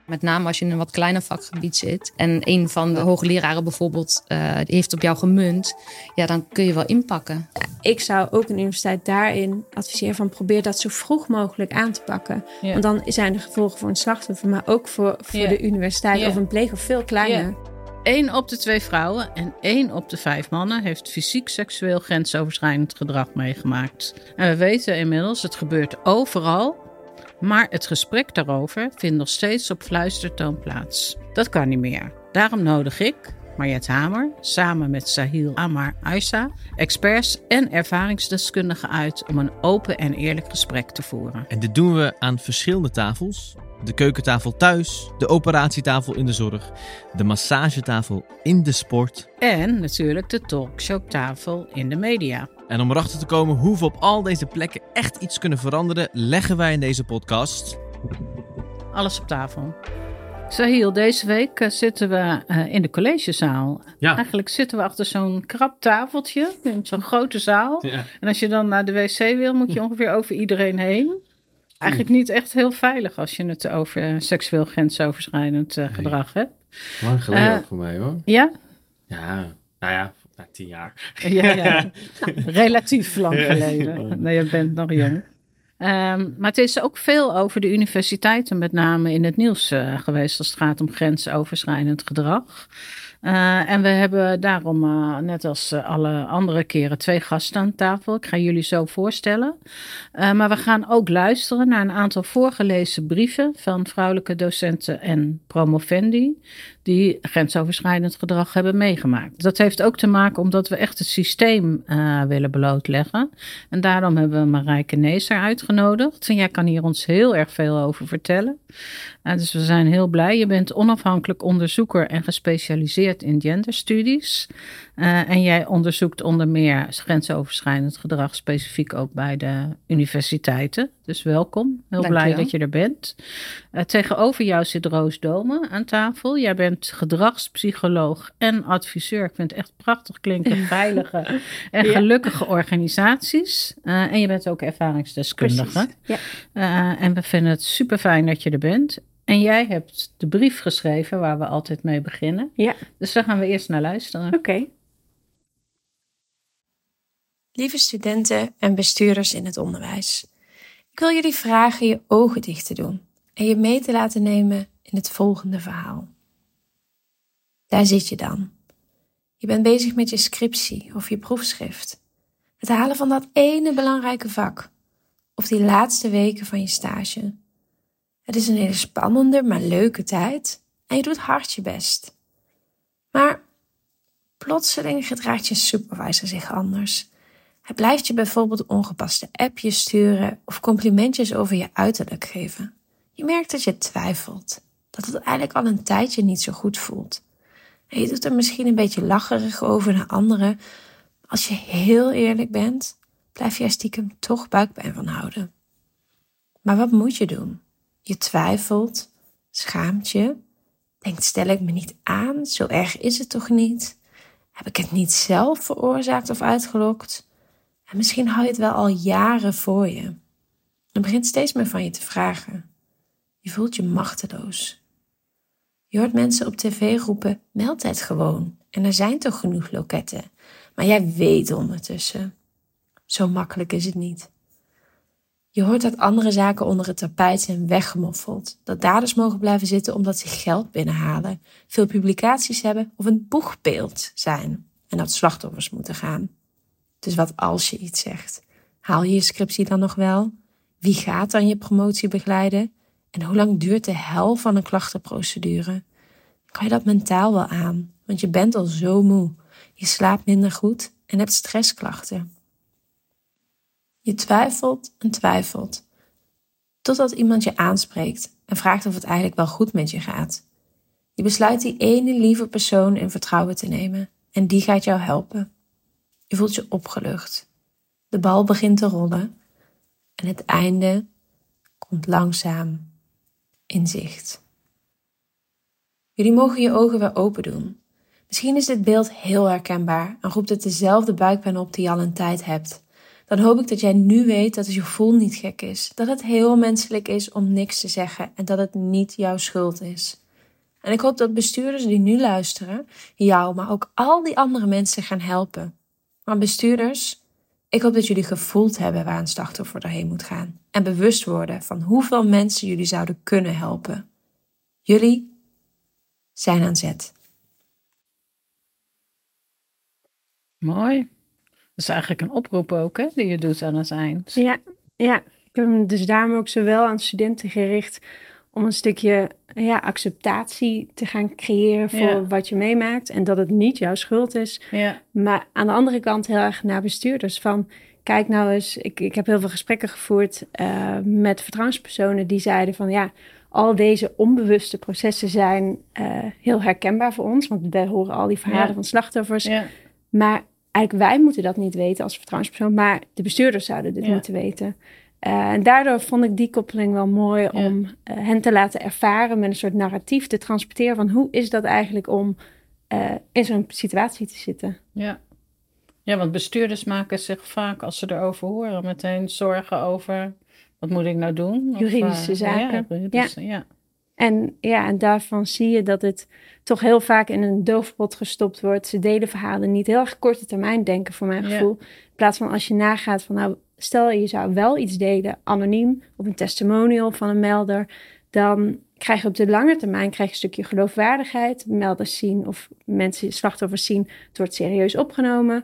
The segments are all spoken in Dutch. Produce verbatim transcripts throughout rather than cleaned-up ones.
Met name als je in een wat kleiner vakgebied zit en een van de hoogleraren bijvoorbeeld uh, die heeft op jou gemunt, ja, dan kun je wel inpakken. Ik zou ook een universiteit daarin adviseren van probeer dat zo vroeg mogelijk aan te pakken. Ja. Want dan zijn de gevolgen voor een slachtoffer, maar ook voor, voor ja. de universiteit ja. of een pleger veel kleiner. Ja. Eén op de twee vrouwen en één op de vijf mannen heeft fysiek seksueel grensoverschrijdend gedrag meegemaakt. En we weten inmiddels, het gebeurt overal. Maar het gesprek daarover vindt nog steeds op fluistertoon plaats. Dat kan niet meer. Daarom nodig ik, Mariette Hamer, samen met Sahil Amar Aissa, experts en ervaringsdeskundigen uit om een open en eerlijk gesprek te voeren. En dit doen we aan verschillende tafels. De keukentafel thuis, de operatietafel in de zorg, de massagetafel in de sport. En natuurlijk de talkshowtafel in de media. En om erachter te komen hoe we op al deze plekken echt iets kunnen veranderen, leggen wij in deze podcast alles op tafel. Sahil, deze week uh, zitten we uh, in de collegezaal. Ja. Eigenlijk zitten we achter zo'n krap tafeltje in zo'n grote zaal. Ja. En als je dan naar de wc wil, moet je ongeveer over iedereen heen. Eigenlijk niet echt heel veilig als je het over uh, seksueel grensoverschrijdend uh, nee. gedrag hebt. Lang geleden uh, ook voor mij hoor. Ja? Ja, nou ja, nou, tien jaar. Ja, ja. Relatief lang geleden. Nee, je bent nog jong. Um, maar het is ook veel over de universiteiten, met name in het nieuws uh, geweest als het gaat om grensoverschrijdend gedrag. Uh, en we hebben daarom, uh, net als uh, alle andere keren, twee gasten aan tafel. Ik ga jullie zo voorstellen. Uh, maar we gaan ook luisteren naar een aantal voorgelezen brieven van vrouwelijke docenten en promovendi die grensoverschrijdend gedrag hebben meegemaakt. Dat heeft ook te maken omdat we echt het systeem uh, willen blootleggen. En daarom hebben we Marijke Neeser uitgenodigd. En jij kan hier ons heel erg veel over vertellen. Uh, dus we zijn heel blij. Je bent onafhankelijk onderzoeker en gespecialiseerd in genderstudies. Uh, en jij onderzoekt onder meer grensoverschrijdend gedrag, specifiek ook bij de universiteiten. Dus welkom. Heel Dank blij dat je er bent. Uh, tegenover jou zit Roos Domen aan tafel. Jij bent gedragspsycholoog en adviseur. Ik vind het echt prachtig klinken. Veilige en ja. gelukkige organisaties. Uh, en je bent ook ervaringsdeskundige. Ja. Uh, en we vinden het super fijn dat je er bent. En jij hebt de brief geschreven waar we altijd mee beginnen. Ja. Dus daar gaan we eerst naar luisteren. Oké. Okay. Lieve studenten en bestuurders in het onderwijs. Ik wil jullie vragen je ogen dicht te doen en je mee te laten nemen in het volgende verhaal. Daar zit je dan. Je bent bezig met je scriptie of je proefschrift. Het halen van dat ene belangrijke vak. Of die laatste weken van je stage. Het is een hele spannende, maar leuke tijd en je doet hard je best. Maar plotseling gedraagt je supervisor zich anders. Hij blijft je bijvoorbeeld ongepaste appjes sturen of complimentjes over je uiterlijk geven. Je merkt dat je twijfelt, dat het eigenlijk al een tijdje niet zo goed voelt. En je doet er misschien een beetje lacherig over naar anderen. Als je heel eerlijk bent, blijf je er stiekem toch buikpijn van houden. Maar wat moet je doen? Je twijfelt, schaamt je, denkt stel ik me niet aan, zo erg is het toch niet? Heb ik het niet zelf veroorzaakt of uitgelokt? En misschien hou je het wel al jaren voor je. Het begint steeds meer van je te vragen. Je voelt je machteloos. Je hoort mensen op tv roepen, meld het gewoon. En er zijn toch genoeg loketten. Maar jij weet ondertussen. Zo makkelijk is het niet. Je hoort dat andere zaken onder het tapijt zijn weggemoffeld. Dat daders mogen blijven zitten omdat ze geld binnenhalen, veel publicaties hebben of een boegbeeld zijn. En dat slachtoffers moeten gaan. Dus wat als je iets zegt? Haal je je scriptie dan nog wel? Wie gaat dan je promotie begeleiden? En hoe lang duurt de hel van een klachtenprocedure? Kan je dat mentaal wel aan? Want je bent al zo moe. Je slaapt minder goed en hebt stressklachten. Je twijfelt en twijfelt. Totdat iemand je aanspreekt en vraagt of het eigenlijk wel goed met je gaat. Je besluit die ene lieve persoon in vertrouwen te nemen. En die gaat jou helpen. Je voelt je opgelucht. De bal begint te rollen. En het einde komt langzaam in zicht. Jullie mogen je ogen weer open doen. Misschien is dit beeld heel herkenbaar en roept het dezelfde buikpijn op die je al een tijd hebt. dan hoop ik dat jij nu weet dat het gevoel niet gek is. Dat het heel menselijk is om niks te zeggen en dat het niet jouw schuld is. En ik hoop dat bestuurders die nu luisteren, jou, maar ook al die andere mensen gaan helpen. Maar bestuurders, ik hoop dat jullie gevoeld hebben waar een slachtoffer doorheen moet gaan. En bewust worden van hoeveel mensen jullie zouden kunnen helpen. Jullie zijn aan zet. Mooi. Dat is eigenlijk een oproep ook, hè, die je doet aan het eind. Ja, ja. Ik heb hem dus daarom ook zowel aan studenten gericht om een stukje ja, acceptatie te gaan creëren voor Ja. wat je meemaakt. En dat het niet jouw schuld is. Ja, Maar aan de andere kant heel erg naar bestuurders. Van, kijk nou eens, ik, ik heb heel veel gesprekken gevoerd uh, met vertrouwenspersonen die zeiden van ja, al deze onbewuste processen zijn uh, heel herkenbaar voor ons. Want wij horen al die verhalen Ja. van slachtoffers. ja, Maar eigenlijk wij moeten dat niet weten als vertrouwenspersoon. Maar de bestuurders zouden dit Ja. moeten weten. Uh, en daardoor vond ik die koppeling wel mooi Ja. om uh, hen te laten ervaren met een soort narratief te transporteren van hoe is dat eigenlijk om uh, in zo'n situatie te zitten. ja. Ja, want bestuurders maken zich vaak, als ze erover horen, meteen zorgen over, wat moet ik nou doen? Of, Juridische uh, zaken. Ja, juridische, ja. En ja, en daarvan zie je dat het toch heel vaak in een doofpot gestopt wordt. Ze delen verhalen niet. Heel erg korte termijn denken voor mijn Ja. gevoel. In plaats van als je nagaat van nou, stel je zou wel iets delen anoniem of een testimonial van een melder. Dan krijg je op de lange termijn krijg je een stukje geloofwaardigheid. Melders zien of mensen, slachtoffers zien, het wordt serieus opgenomen.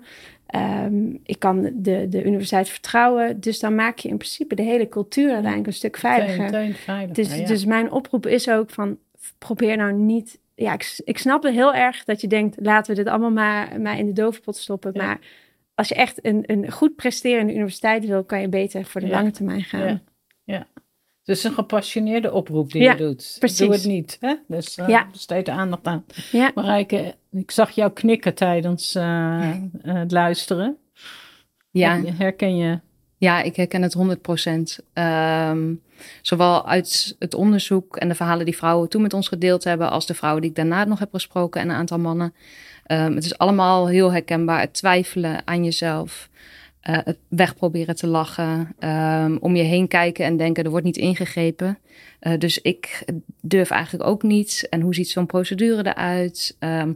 Um, ik kan de, de universiteit vertrouwen. Dus dan maak je in principe de hele cultuur uiteindelijk een stuk veiliger. Meteen, meteen veiliger, Dus, ja. dus mijn oproep is ook van, probeer nou niet... Ja, ik, ik snap het heel erg dat je denkt, laten we dit allemaal maar, maar in de doofpot stoppen. Ja. Maar als je echt een, een goed presterende universiteit wil, kan je beter voor de Ja. lange termijn gaan. Ja. Ja. Het is een gepassioneerde oproep die Ja, je doet. precies. Doe het niet, hè? Dus uh, Ja. besteed er aandacht aan. Ja. Marijke, ik zag jou knikken tijdens uh, uh, het luisteren. Ja. Her- Herken je? Ja, ik herken het honderd procent. Um, zowel uit het onderzoek en de verhalen die vrouwen toen met ons gedeeld hebben, als de vrouwen die ik daarna nog heb gesproken en een aantal mannen. Um, het is allemaal heel herkenbaar. Het twijfelen aan jezelf. Uh, het weg proberen te lachen. Um, om je heen kijken en denken, er wordt niet ingegrepen. Uh, dus ik durf eigenlijk ook niet. En hoe ziet zo'n procedure eruit? Um,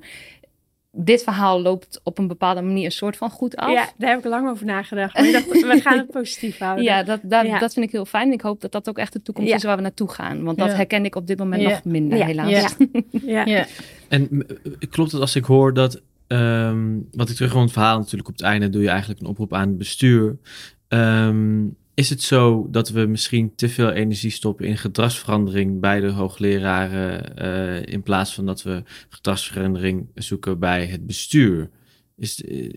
dit verhaal loopt op een bepaalde manier een soort van goed af. Ja, daar heb ik lang over nagedacht. Maar ik dacht, we gaan het positief houden. Ja, dat, dat, Ja. dat vind ik heel fijn. Ik hoop dat dat ook echt de toekomst Ja. is waar we naartoe gaan. Want dat Ja. herken ik op dit moment Ja. nog minder, Ja. helaas. Ja. Ja. Ja. En m- klopt het als ik hoor dat, um, wat ik terug van het verhaal natuurlijk op het einde doe je eigenlijk een oproep aan het bestuur. Um, is het zo dat we misschien te veel energie stoppen in gedragsverandering bij de hoogleraren uh, in plaats van dat we gedragsverandering zoeken bij het bestuur? Is, uh,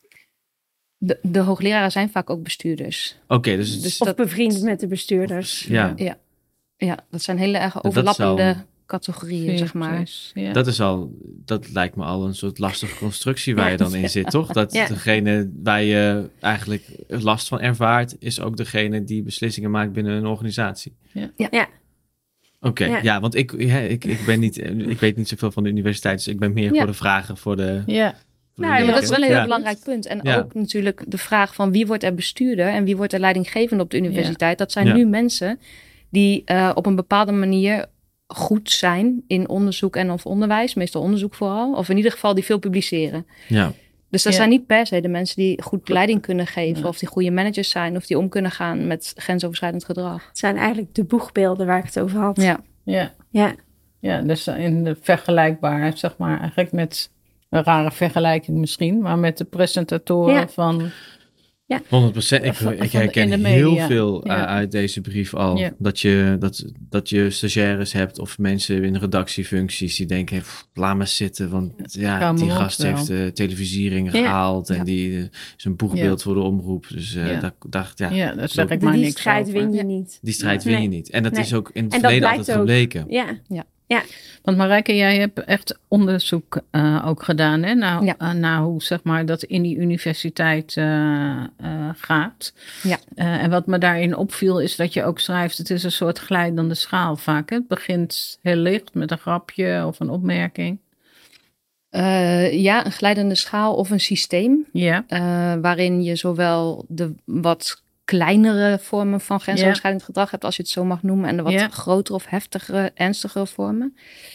De, de hoogleraren zijn vaak ook bestuurders. Oké, okay, dus, Dus Of dat, bevriend met de bestuurders. ja, ja, ja, dat zijn hele erg dat is overlappende al- categorieën, zeg maar. Precies, ja. dat is al, dat lijkt me al een soort lastige constructie waar je dan in zit, toch? Dat Ja. degene waar je eigenlijk last van ervaart, is ook degene die beslissingen maakt binnen een organisatie. Ja. Ja. Ja. Oké, Ja. ja, want ik, ja, ik, ik ben niet, ik weet niet zoveel van de universiteit, dus ik ben meer Ja. voor de vragen voor de. Ja. voor de Nou, Ja, maar leken. dat is wel een heel Ja. belangrijk punt. En Ja. ook natuurlijk de vraag van wie wordt er bestuurder en wie wordt er leidinggevende op de universiteit. Dat zijn Ja. nu mensen die uh, op een bepaalde manier goed zijn in onderzoek en of onderwijs. Meestal onderzoek vooral. Of in ieder geval die veel publiceren. Ja. Dus dat Ja. zijn niet per se de mensen die goed leiding kunnen geven. Ja. Of die goede managers zijn. Of die om kunnen gaan met grensoverschrijdend gedrag. Het zijn eigenlijk de boegbeelden waar ik het over had. Ja. Ja. Ja. Ja, dus in de vergelijkbaar, zeg maar, eigenlijk met een rare vergelijking misschien, maar met de presentatoren Ja. van. honderd procent. Ik, Van- ik van de- herken in de heel media. veel uh, Ja. uit deze brief al. Ja. Dat, je, dat, dat je stagiaires hebt of mensen in redactiefuncties die denken, "Pff, laat maar zitten. Want ja, Kan die me gast ook wel. heeft de televisiering Ja. gehaald en Ja. die uh, is een boegbeeld Ja. voor de omroep. Dus uh, Ja. daar dacht ja, Ja, daar zeg ik De maar die niks strijd over. win je niet. die strijd Nee. win je niet. En dat Nee. is ook in het En dat verleden blijkt altijd ook. gebleken. Ja. Want Marijke, jij hebt echt onderzoek uh, ook gedaan, hè? Nou, Ja. uh, naar hoe zeg maar dat in die universiteit uh, uh, gaat. Ja. Uh, en wat me daarin opviel is dat je ook schrijft, het is een soort glijdende schaal vaak. Hè? Het begint heel licht met een grapje of een opmerking. Uh, ja, een glijdende schaal of een systeem. Ja. Uh, waarin je zowel de wat kleinere vormen van grensoverschrijdend ja. gedrag hebt, als je het zo mag noemen, en de wat ja. grotere of heftigere, ernstigere vormen.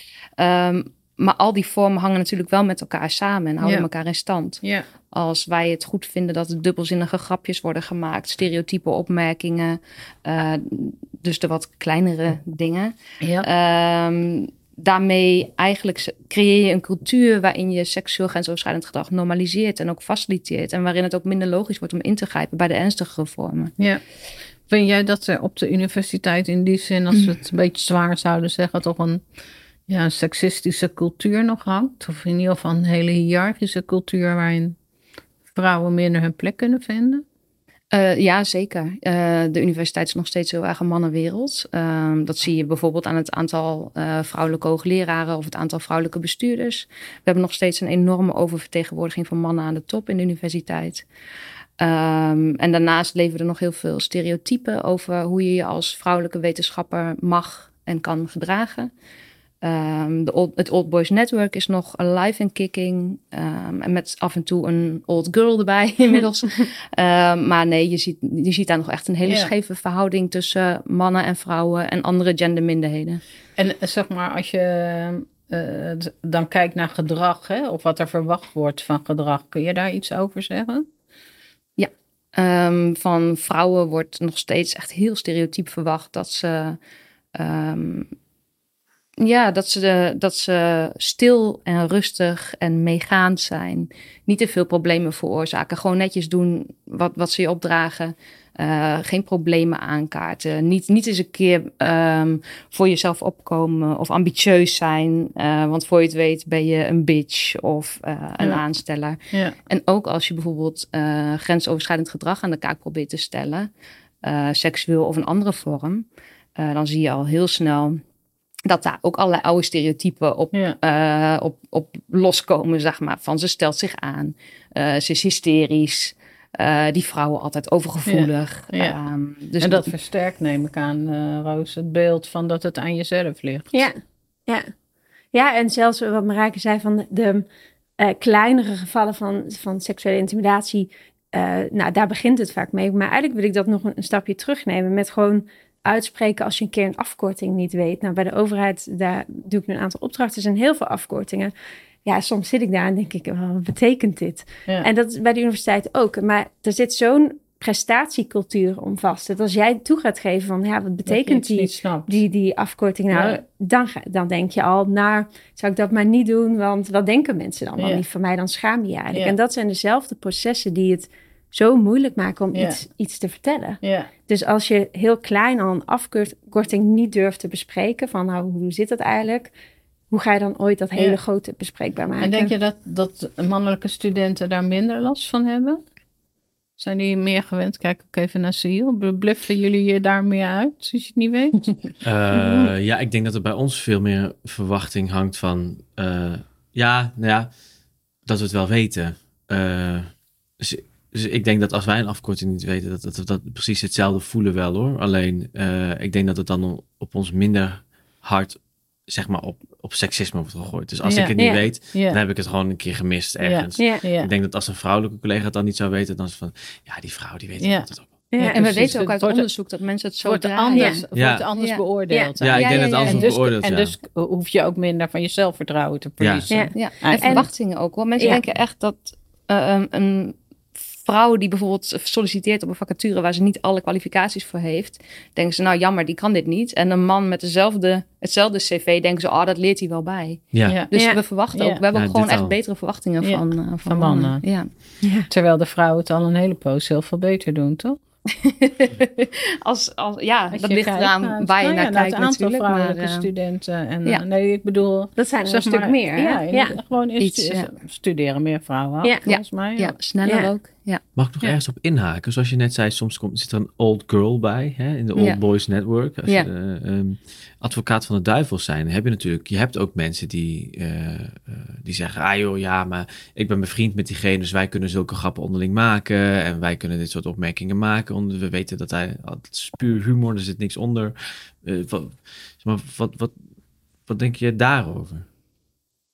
Um, maar al die vormen hangen natuurlijk wel met elkaar samen en houden ja. elkaar in stand. Ja. Als wij het goed vinden dat er dubbelzinnige grapjes worden gemaakt, stereotype opmerkingen, uh, dus de wat kleinere dingen. Ja. Um, daarmee eigenlijk creëer je een cultuur waarin je seksueel grensoverschrijdend gedrag normaliseert en ook faciliteert. En waarin het ook minder logisch wordt om in te grijpen bij de ernstigere vormen. Ja. Vind jij dat er op de universiteit in die zin, als we het een beetje zwaar zouden zeggen, toch een, ja, een seksistische cultuur nog hangt? Of in ieder geval een hele hiërarchische cultuur waarin vrouwen minder hun plek kunnen vinden? Uh, ja, zeker. Uh, de universiteit is nog steeds heel erg een mannenwereld. Uh, dat zie je bijvoorbeeld aan het aantal uh, vrouwelijke hoogleraren of het aantal vrouwelijke bestuurders. We hebben nog steeds een enorme oververtegenwoordiging van mannen aan de top in de universiteit. Um, en daarnaast leven er nog heel veel stereotypen over hoe je je als vrouwelijke wetenschapper mag en kan gedragen. Um, de old, het Old Boys Network is nog alive and kicking. Um, en met af en toe een old girl erbij inmiddels. um, maar nee, je ziet, je ziet daar nog echt een hele yeah. scheve verhouding tussen mannen en vrouwen en andere genderminderheden. En zeg maar, als je uh, dan kijkt naar gedrag, hè, of wat er verwacht wordt van gedrag, kun je daar iets over zeggen? Ja, um, van vrouwen wordt nog steeds echt heel stereotyp verwacht dat ze... Um, Ja, dat ze, de, dat ze stil en rustig en meegaand zijn. Niet te veel problemen veroorzaken. Gewoon netjes doen wat, wat ze je opdragen. Uh, geen problemen aankaarten. Niet, niet eens een keer um, voor jezelf opkomen of ambitieus zijn. Uh, want voor je het weet ben je een bitch of uh, een ja. aansteller. Ja. En ook als je bijvoorbeeld uh, grensoverschrijdend gedrag aan de kaak probeert te stellen. Uh, seksueel of een andere vorm. Uh, dan zie je al heel snel dat daar ook allerlei oude stereotypen op, ja. uh, op, op loskomen, zeg maar. Van ze stelt zich aan, uh, ze is hysterisch, uh, die vrouwen altijd overgevoelig. Ja. Ja. Um, dus en dat versterkt, neem ik aan, uh, Roos, het beeld van dat het aan jezelf ligt. Ja, ja. ja en zelfs wat Marijke zei van de, de uh, kleinere gevallen van, van seksuele intimidatie, uh, nou, daar begint het vaak mee. Maar eigenlijk wil ik dat nog een, een stapje terugnemen met gewoon uitspreken als je een keer een afkorting niet weet. Nou, bij de overheid, daar doe ik nu een aantal opdrachten. Er zijn heel veel afkortingen. Ja, soms zit ik daar en denk ik, oh, wat betekent dit? Ja. En dat is bij de universiteit ook. Maar er zit zo'n prestatiecultuur om vast. Dat als jij toe gaat geven van, ja, wat betekent die, die, die afkorting nou? Ja. Dan, ga, dan denk je al, nou, zou ik dat maar niet doen? Want wat denken mensen dan wel ja. niet van mij? Dan schaam je je eigenlijk. Ja. En dat zijn dezelfde processen die het zo moeilijk maken om ja. iets, iets te vertellen. Ja. Dus als je heel klein al een afkorting niet durft te bespreken, van nou, hoe zit dat eigenlijk? Hoe ga je dan ooit dat hele ja. grote bespreekbaar maken? En denk je dat, dat mannelijke studenten daar minder last van hebben? Zijn die meer gewend? Kijk ook even naar Siel. Bluffen jullie je daar meer uit, als je het niet weet? uh, ja, ik denk dat er bij ons veel meer verwachting hangt van... Uh, ja, nou ja, dat we het wel weten. Uh, dus, dus ik denk dat als wij een afkorting niet weten, dat we dat, dat precies hetzelfde voelen wel hoor. Alleen, uh, ik denk dat het dan op ons minder hard, zeg maar, op, op seksisme wordt gegooid. Dus als ja, ik het niet ja, weet, ja. dan heb ik het gewoon een keer gemist ergens. Ja, ja. Ik denk dat als een vrouwelijke collega het dan niet zou weten, dan is het van, ja, die vrouw, die weet ja. het ook. Ja, Ja, en we precies. weten ook Het uit wordt- onderzoek dat mensen het zo wordt dragen. anders, Ja. Ja. wordt anders Ja. beoordeeld. Ja, ik Ja, denk ja, dat ja, alles ja. En wordt dus, beoordeeld, en ja. dus hoef je ook minder van je zelfvertrouwen te verliezen. Ja. Ja, en Eigenlijk. verwachtingen ook wel. Mensen Ja. denken echt dat uh, een, een vrouw die bijvoorbeeld solliciteert op een vacature waar ze niet alle kwalificaties voor heeft, denken ze, nou jammer, die kan dit niet. En een man met dezelfde, hetzelfde cv, denken ze, oh, dat leert hij wel bij. Ja. Ja. Dus Ja. we verwachten Ja. ook, we hebben Ja, ook gewoon dit echt al. betere verwachtingen Ja. van, uh, van, Van mannen. Ja. Terwijl de vrouwen het al een hele poos heel veel beter doen, toch? als, als, ja, Als dat je ligt kijkt eraan naar het- waar je nou ja, naar naar kijkt het aantal natuurlijk. Maar, vrouwelijke uh, studenten. En, ja. uh, nee, ik bedoel... Dat zijn er zeg een stuk maar, meer. hè? Ja, ja. gewoon is, Iets, is- ja. studeren meer vrouwen, Ja. volgens mij. ja, sneller Ja. ook. Ja. Mag ik nog Ja. ergens op inhaken? Zoals je net zei, soms komt, zit er een old girl bij, hè, in de Old Ja. Boys Network. Als Ja. je uh, um, advocaat van de duivel zijn, heb je natuurlijk, je hebt ook mensen die, uh, uh, die zeggen, ah joh, ja, maar ik ben bevriend met diegene, dus wij kunnen zulke grappen onderling maken en wij kunnen dit soort opmerkingen maken. We weten dat hij, het is puur humor, er zit niks onder. Uh, wat, maar wat, wat, wat denk je daarover?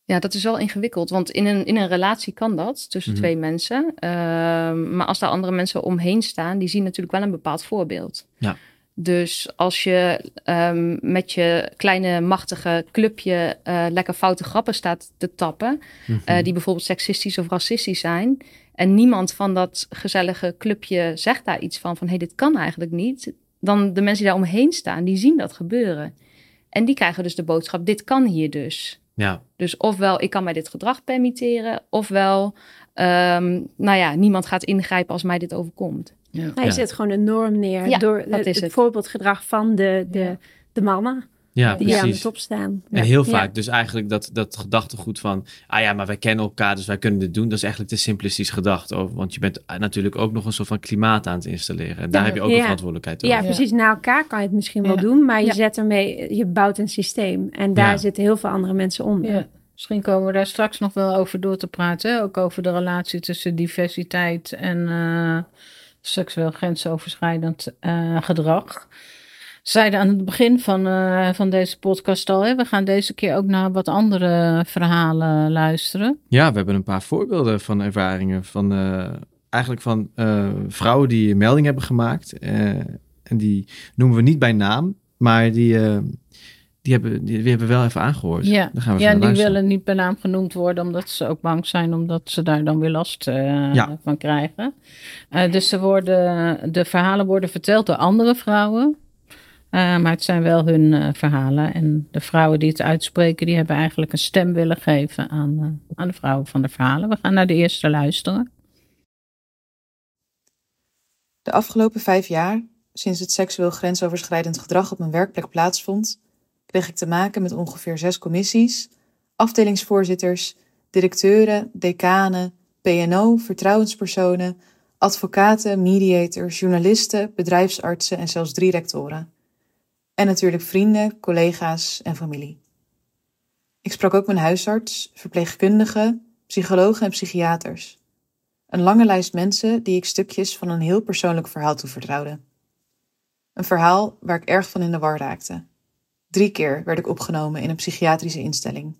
Ja, dat is wel ingewikkeld. Want in een, in een relatie kan dat tussen Mhm. twee mensen. Uh, maar als daar andere mensen omheen staan, die zien natuurlijk wel een bepaald voorbeeld. Ja. Dus als je um, met je kleine machtige clubje uh, lekker foute grappen staat te tappen, Mhm. uh, die bijvoorbeeld seksistisch of racistisch zijn, en niemand van dat gezellige clubje zegt daar iets van, van hé, hey, dit kan eigenlijk niet, dan de mensen die daar omheen staan, die zien dat gebeuren. En die krijgen dus de boodschap, dit kan hier dus. Ja. Dus ofwel, ik kan mij dit gedrag permitteren, ofwel, um, nou ja, niemand gaat ingrijpen als mij dit overkomt. Ja. Hij Ja. zet gewoon een norm neer Ja, door dat de, is het het. voorbeeldgedrag van de, de, Ja. de mannen Ja, die aan de precies. top staan. En Ja. heel vaak Ja. dus eigenlijk dat, dat gedachtegoed van, ah ja, maar wij kennen elkaar, dus wij kunnen dit doen. Dat is eigenlijk te simplistisch gedacht. Over, want je bent natuurlijk ook nog een soort van klimaat aan het installeren. En daar Ja. heb je ook Ja. een verantwoordelijkheid over. Ja, precies. Na elkaar kan je het misschien wel Ja. doen, maar je Ja. zet ermee, je bouwt een systeem. En daar Ja. zitten heel veel andere mensen onder. Ja. Misschien komen we daar straks nog wel over door te praten. Hè? Ook over de relatie tussen diversiteit en uh, seksueel grensoverschrijdend uh, gedrag. Zeiden aan het begin van, uh, van deze podcast al, hè? We gaan deze keer ook naar wat andere verhalen luisteren. Ja, we hebben een paar voorbeelden van ervaringen van uh, eigenlijk van uh, vrouwen die een melding hebben gemaakt. Uh, en die noemen we niet bij naam, maar die, uh, die, hebben, die, die hebben we wel even aangehoord. Ja, Daar gaan we ja van die luisteren. willen niet bij naam genoemd worden, omdat ze ook bang zijn, omdat ze daar dan weer last uh, ja. van krijgen. Uh, dus ze worden, de verhalen worden verteld door andere vrouwen. Uh, maar het zijn wel hun uh, verhalen. En de vrouwen die het uitspreken, die hebben eigenlijk een stem willen geven aan, uh, aan de vrouwen van de verhalen. We gaan naar de eerste luisteren. De afgelopen vijf jaar, sinds het seksueel grensoverschrijdend gedrag op mijn werkplek plaatsvond, kreeg ik te maken met ongeveer zes commissies, afdelingsvoorzitters, directeuren, decanen, P N O, vertrouwenspersonen, advocaten, mediators, journalisten, bedrijfsartsen en zelfs drie rectoren. En natuurlijk vrienden, collega's en familie. Ik sprak ook mijn huisarts, verpleegkundigen, psychologen en psychiaters. Een lange lijst mensen die ik stukjes van een heel persoonlijk verhaal toevertrouwde. Een verhaal waar ik erg van in de war raakte. Drie keer werd ik opgenomen in een psychiatrische instelling.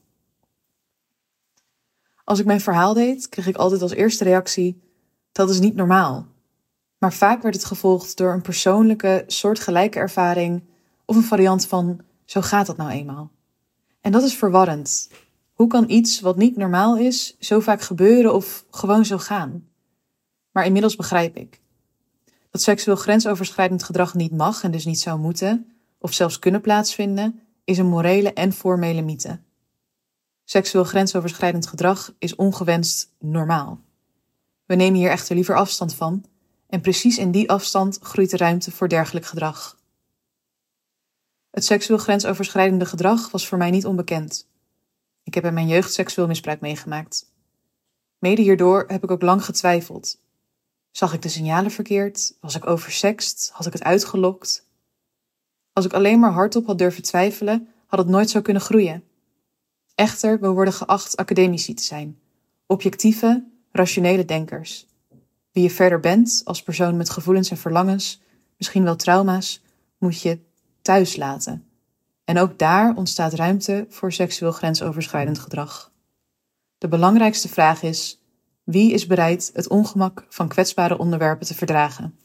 Als ik mijn verhaal deed, kreeg ik altijd als eerste reactie: dat is niet normaal. Maar vaak werd het gevolgd door een persoonlijke, soortgelijke ervaring of een variant van: zo gaat dat nou eenmaal. En dat is verwarrend. Hoe kan iets wat niet normaal is, zo vaak gebeuren of gewoon zo gaan? Maar inmiddels begrijp ik. Dat seksueel grensoverschrijdend gedrag niet mag en dus niet zou moeten, of zelfs kunnen plaatsvinden, is een morele en formele mythe. Seksueel grensoverschrijdend gedrag is ongewenst normaal. We nemen hier echter liever afstand van, en precies in die afstand groeit de ruimte voor dergelijk gedrag. Het seksueel grensoverschrijdende gedrag was voor mij niet onbekend. Ik heb in mijn jeugd seksueel misbruik meegemaakt. Mede hierdoor heb ik ook lang getwijfeld. Zag ik de signalen verkeerd? Was ik oversext? Had ik het uitgelokt? Als ik alleen maar hardop had durven twijfelen, had het nooit zo kunnen groeien. Echter, we worden geacht academici te zijn. Objectieve, rationele denkers. Wie je verder bent, als persoon met gevoelens en verlangens, misschien wel trauma's, moet je thuis laten. En ook daar ontstaat ruimte voor seksueel grensoverschrijdend gedrag. De belangrijkste vraag is: wie is bereid het ongemak van kwetsbare onderwerpen te verdragen?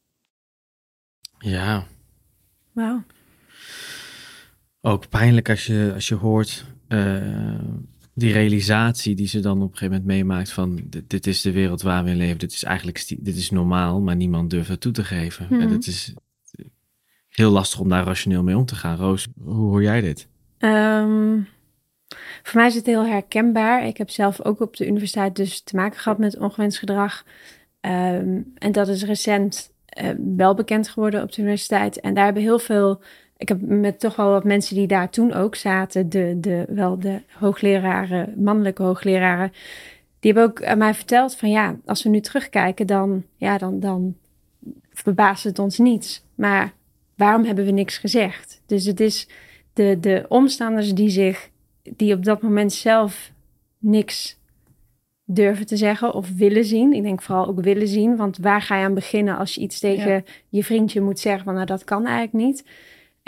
Ja. Wauw. Ook pijnlijk als je, als je hoort uh, die realisatie die ze dan op een gegeven moment meemaakt van dit, dit is de wereld waar we in leven. Dit is eigenlijk dit is normaal, maar niemand durft het toe te geven. Mm-hmm. En het is heel lastig om daar rationeel mee om te gaan. Roos, hoe hoor jij dit? Um, voor mij is het heel herkenbaar. Ik heb zelf ook op de universiteit dus te maken gehad met ongewenst gedrag. Um, en dat is recent uh, wel bekend geworden op de universiteit. En daar hebben heel veel... Ik heb met toch wel wat mensen die daar toen ook zaten, de, de, wel de hoogleraren, mannelijke hoogleraren, die hebben ook aan mij verteld van ja, als we nu terugkijken, dan, ja, dan, dan verbaast het ons niets. Maar waarom hebben we niks gezegd? Dus het is de, de omstanders die zich, die op dat moment zelf niks durven te zeggen of willen zien. Ik denk vooral ook willen zien, want waar ga je aan beginnen als je iets tegen ja. je vriendje moet zeggen van nou, dat kan eigenlijk niet.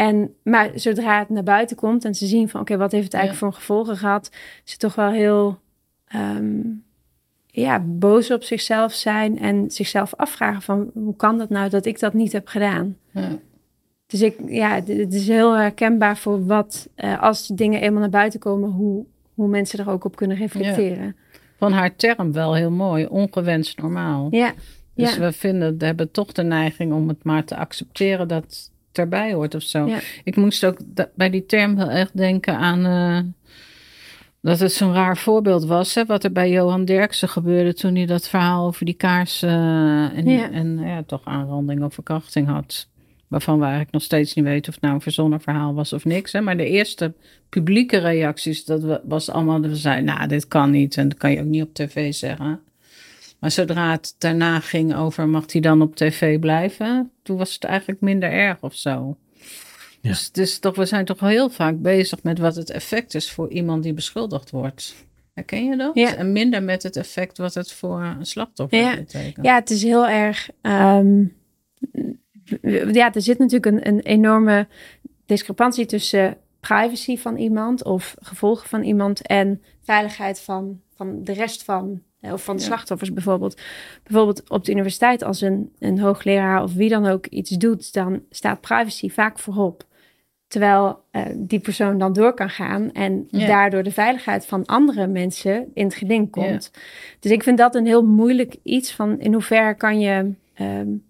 En, maar zodra het naar buiten komt en ze zien van... oké, wat heeft het eigenlijk ja. voor gevolgen gehad... ze toch wel heel um, ja, boos op zichzelf zijn... en zichzelf afvragen van... hoe kan dat nou dat ik dat niet heb gedaan? Ja. Dus ik, ja, het is heel herkenbaar voor wat... Uh, als dingen eenmaal naar buiten komen... hoe, hoe mensen er ook op kunnen reflecteren. Ja. Van haar term wel heel mooi. Ongewenst normaal. Ja. Dus ja. we vinden, we hebben toch de neiging om het maar te accepteren... dat erbij hoort of zo. Ja. Ik moest ook da- bij die term wel echt denken aan... Uh, dat het zo'n raar voorbeeld was... Hè, wat er bij Johan Derksen gebeurde... toen hij dat verhaal over die kaars... Uh, en, ja. en ja, toch aanranding of verkrachting had... waarvan we eigenlijk nog steeds niet weten... of het nou een verzonnen verhaal was of niks. Hè. Maar de eerste publieke reacties... dat was allemaal... dat we zeiden, nou, dit kan niet... en dat kan je ook niet op tv zeggen... Maar zodra het daarna ging over... mag hij dan op tv blijven? Toen was het eigenlijk minder erg of zo. Ja. Dus, dus toch, we zijn toch heel vaak bezig... met wat het effect is voor iemand die beschuldigd wordt. Herken je dat? Ja. En minder met het effect wat het voor een slachtoffer ja. betekent. Ja, het is heel erg... Um, ja, er zit natuurlijk een, een enorme discrepantie... tussen privacy van iemand... of gevolgen van iemand... en veiligheid van, van de rest van... of van de slachtoffers ja. bijvoorbeeld. Bijvoorbeeld op de universiteit als een, een hoogleraar of wie dan ook iets doet... dan staat privacy vaak voorop. Terwijl uh, die persoon dan door kan gaan... en ja. daardoor de veiligheid van andere mensen in het geding komt. Ja. Dus ik vind dat een heel moeilijk iets van... in hoeverre kan je... Um,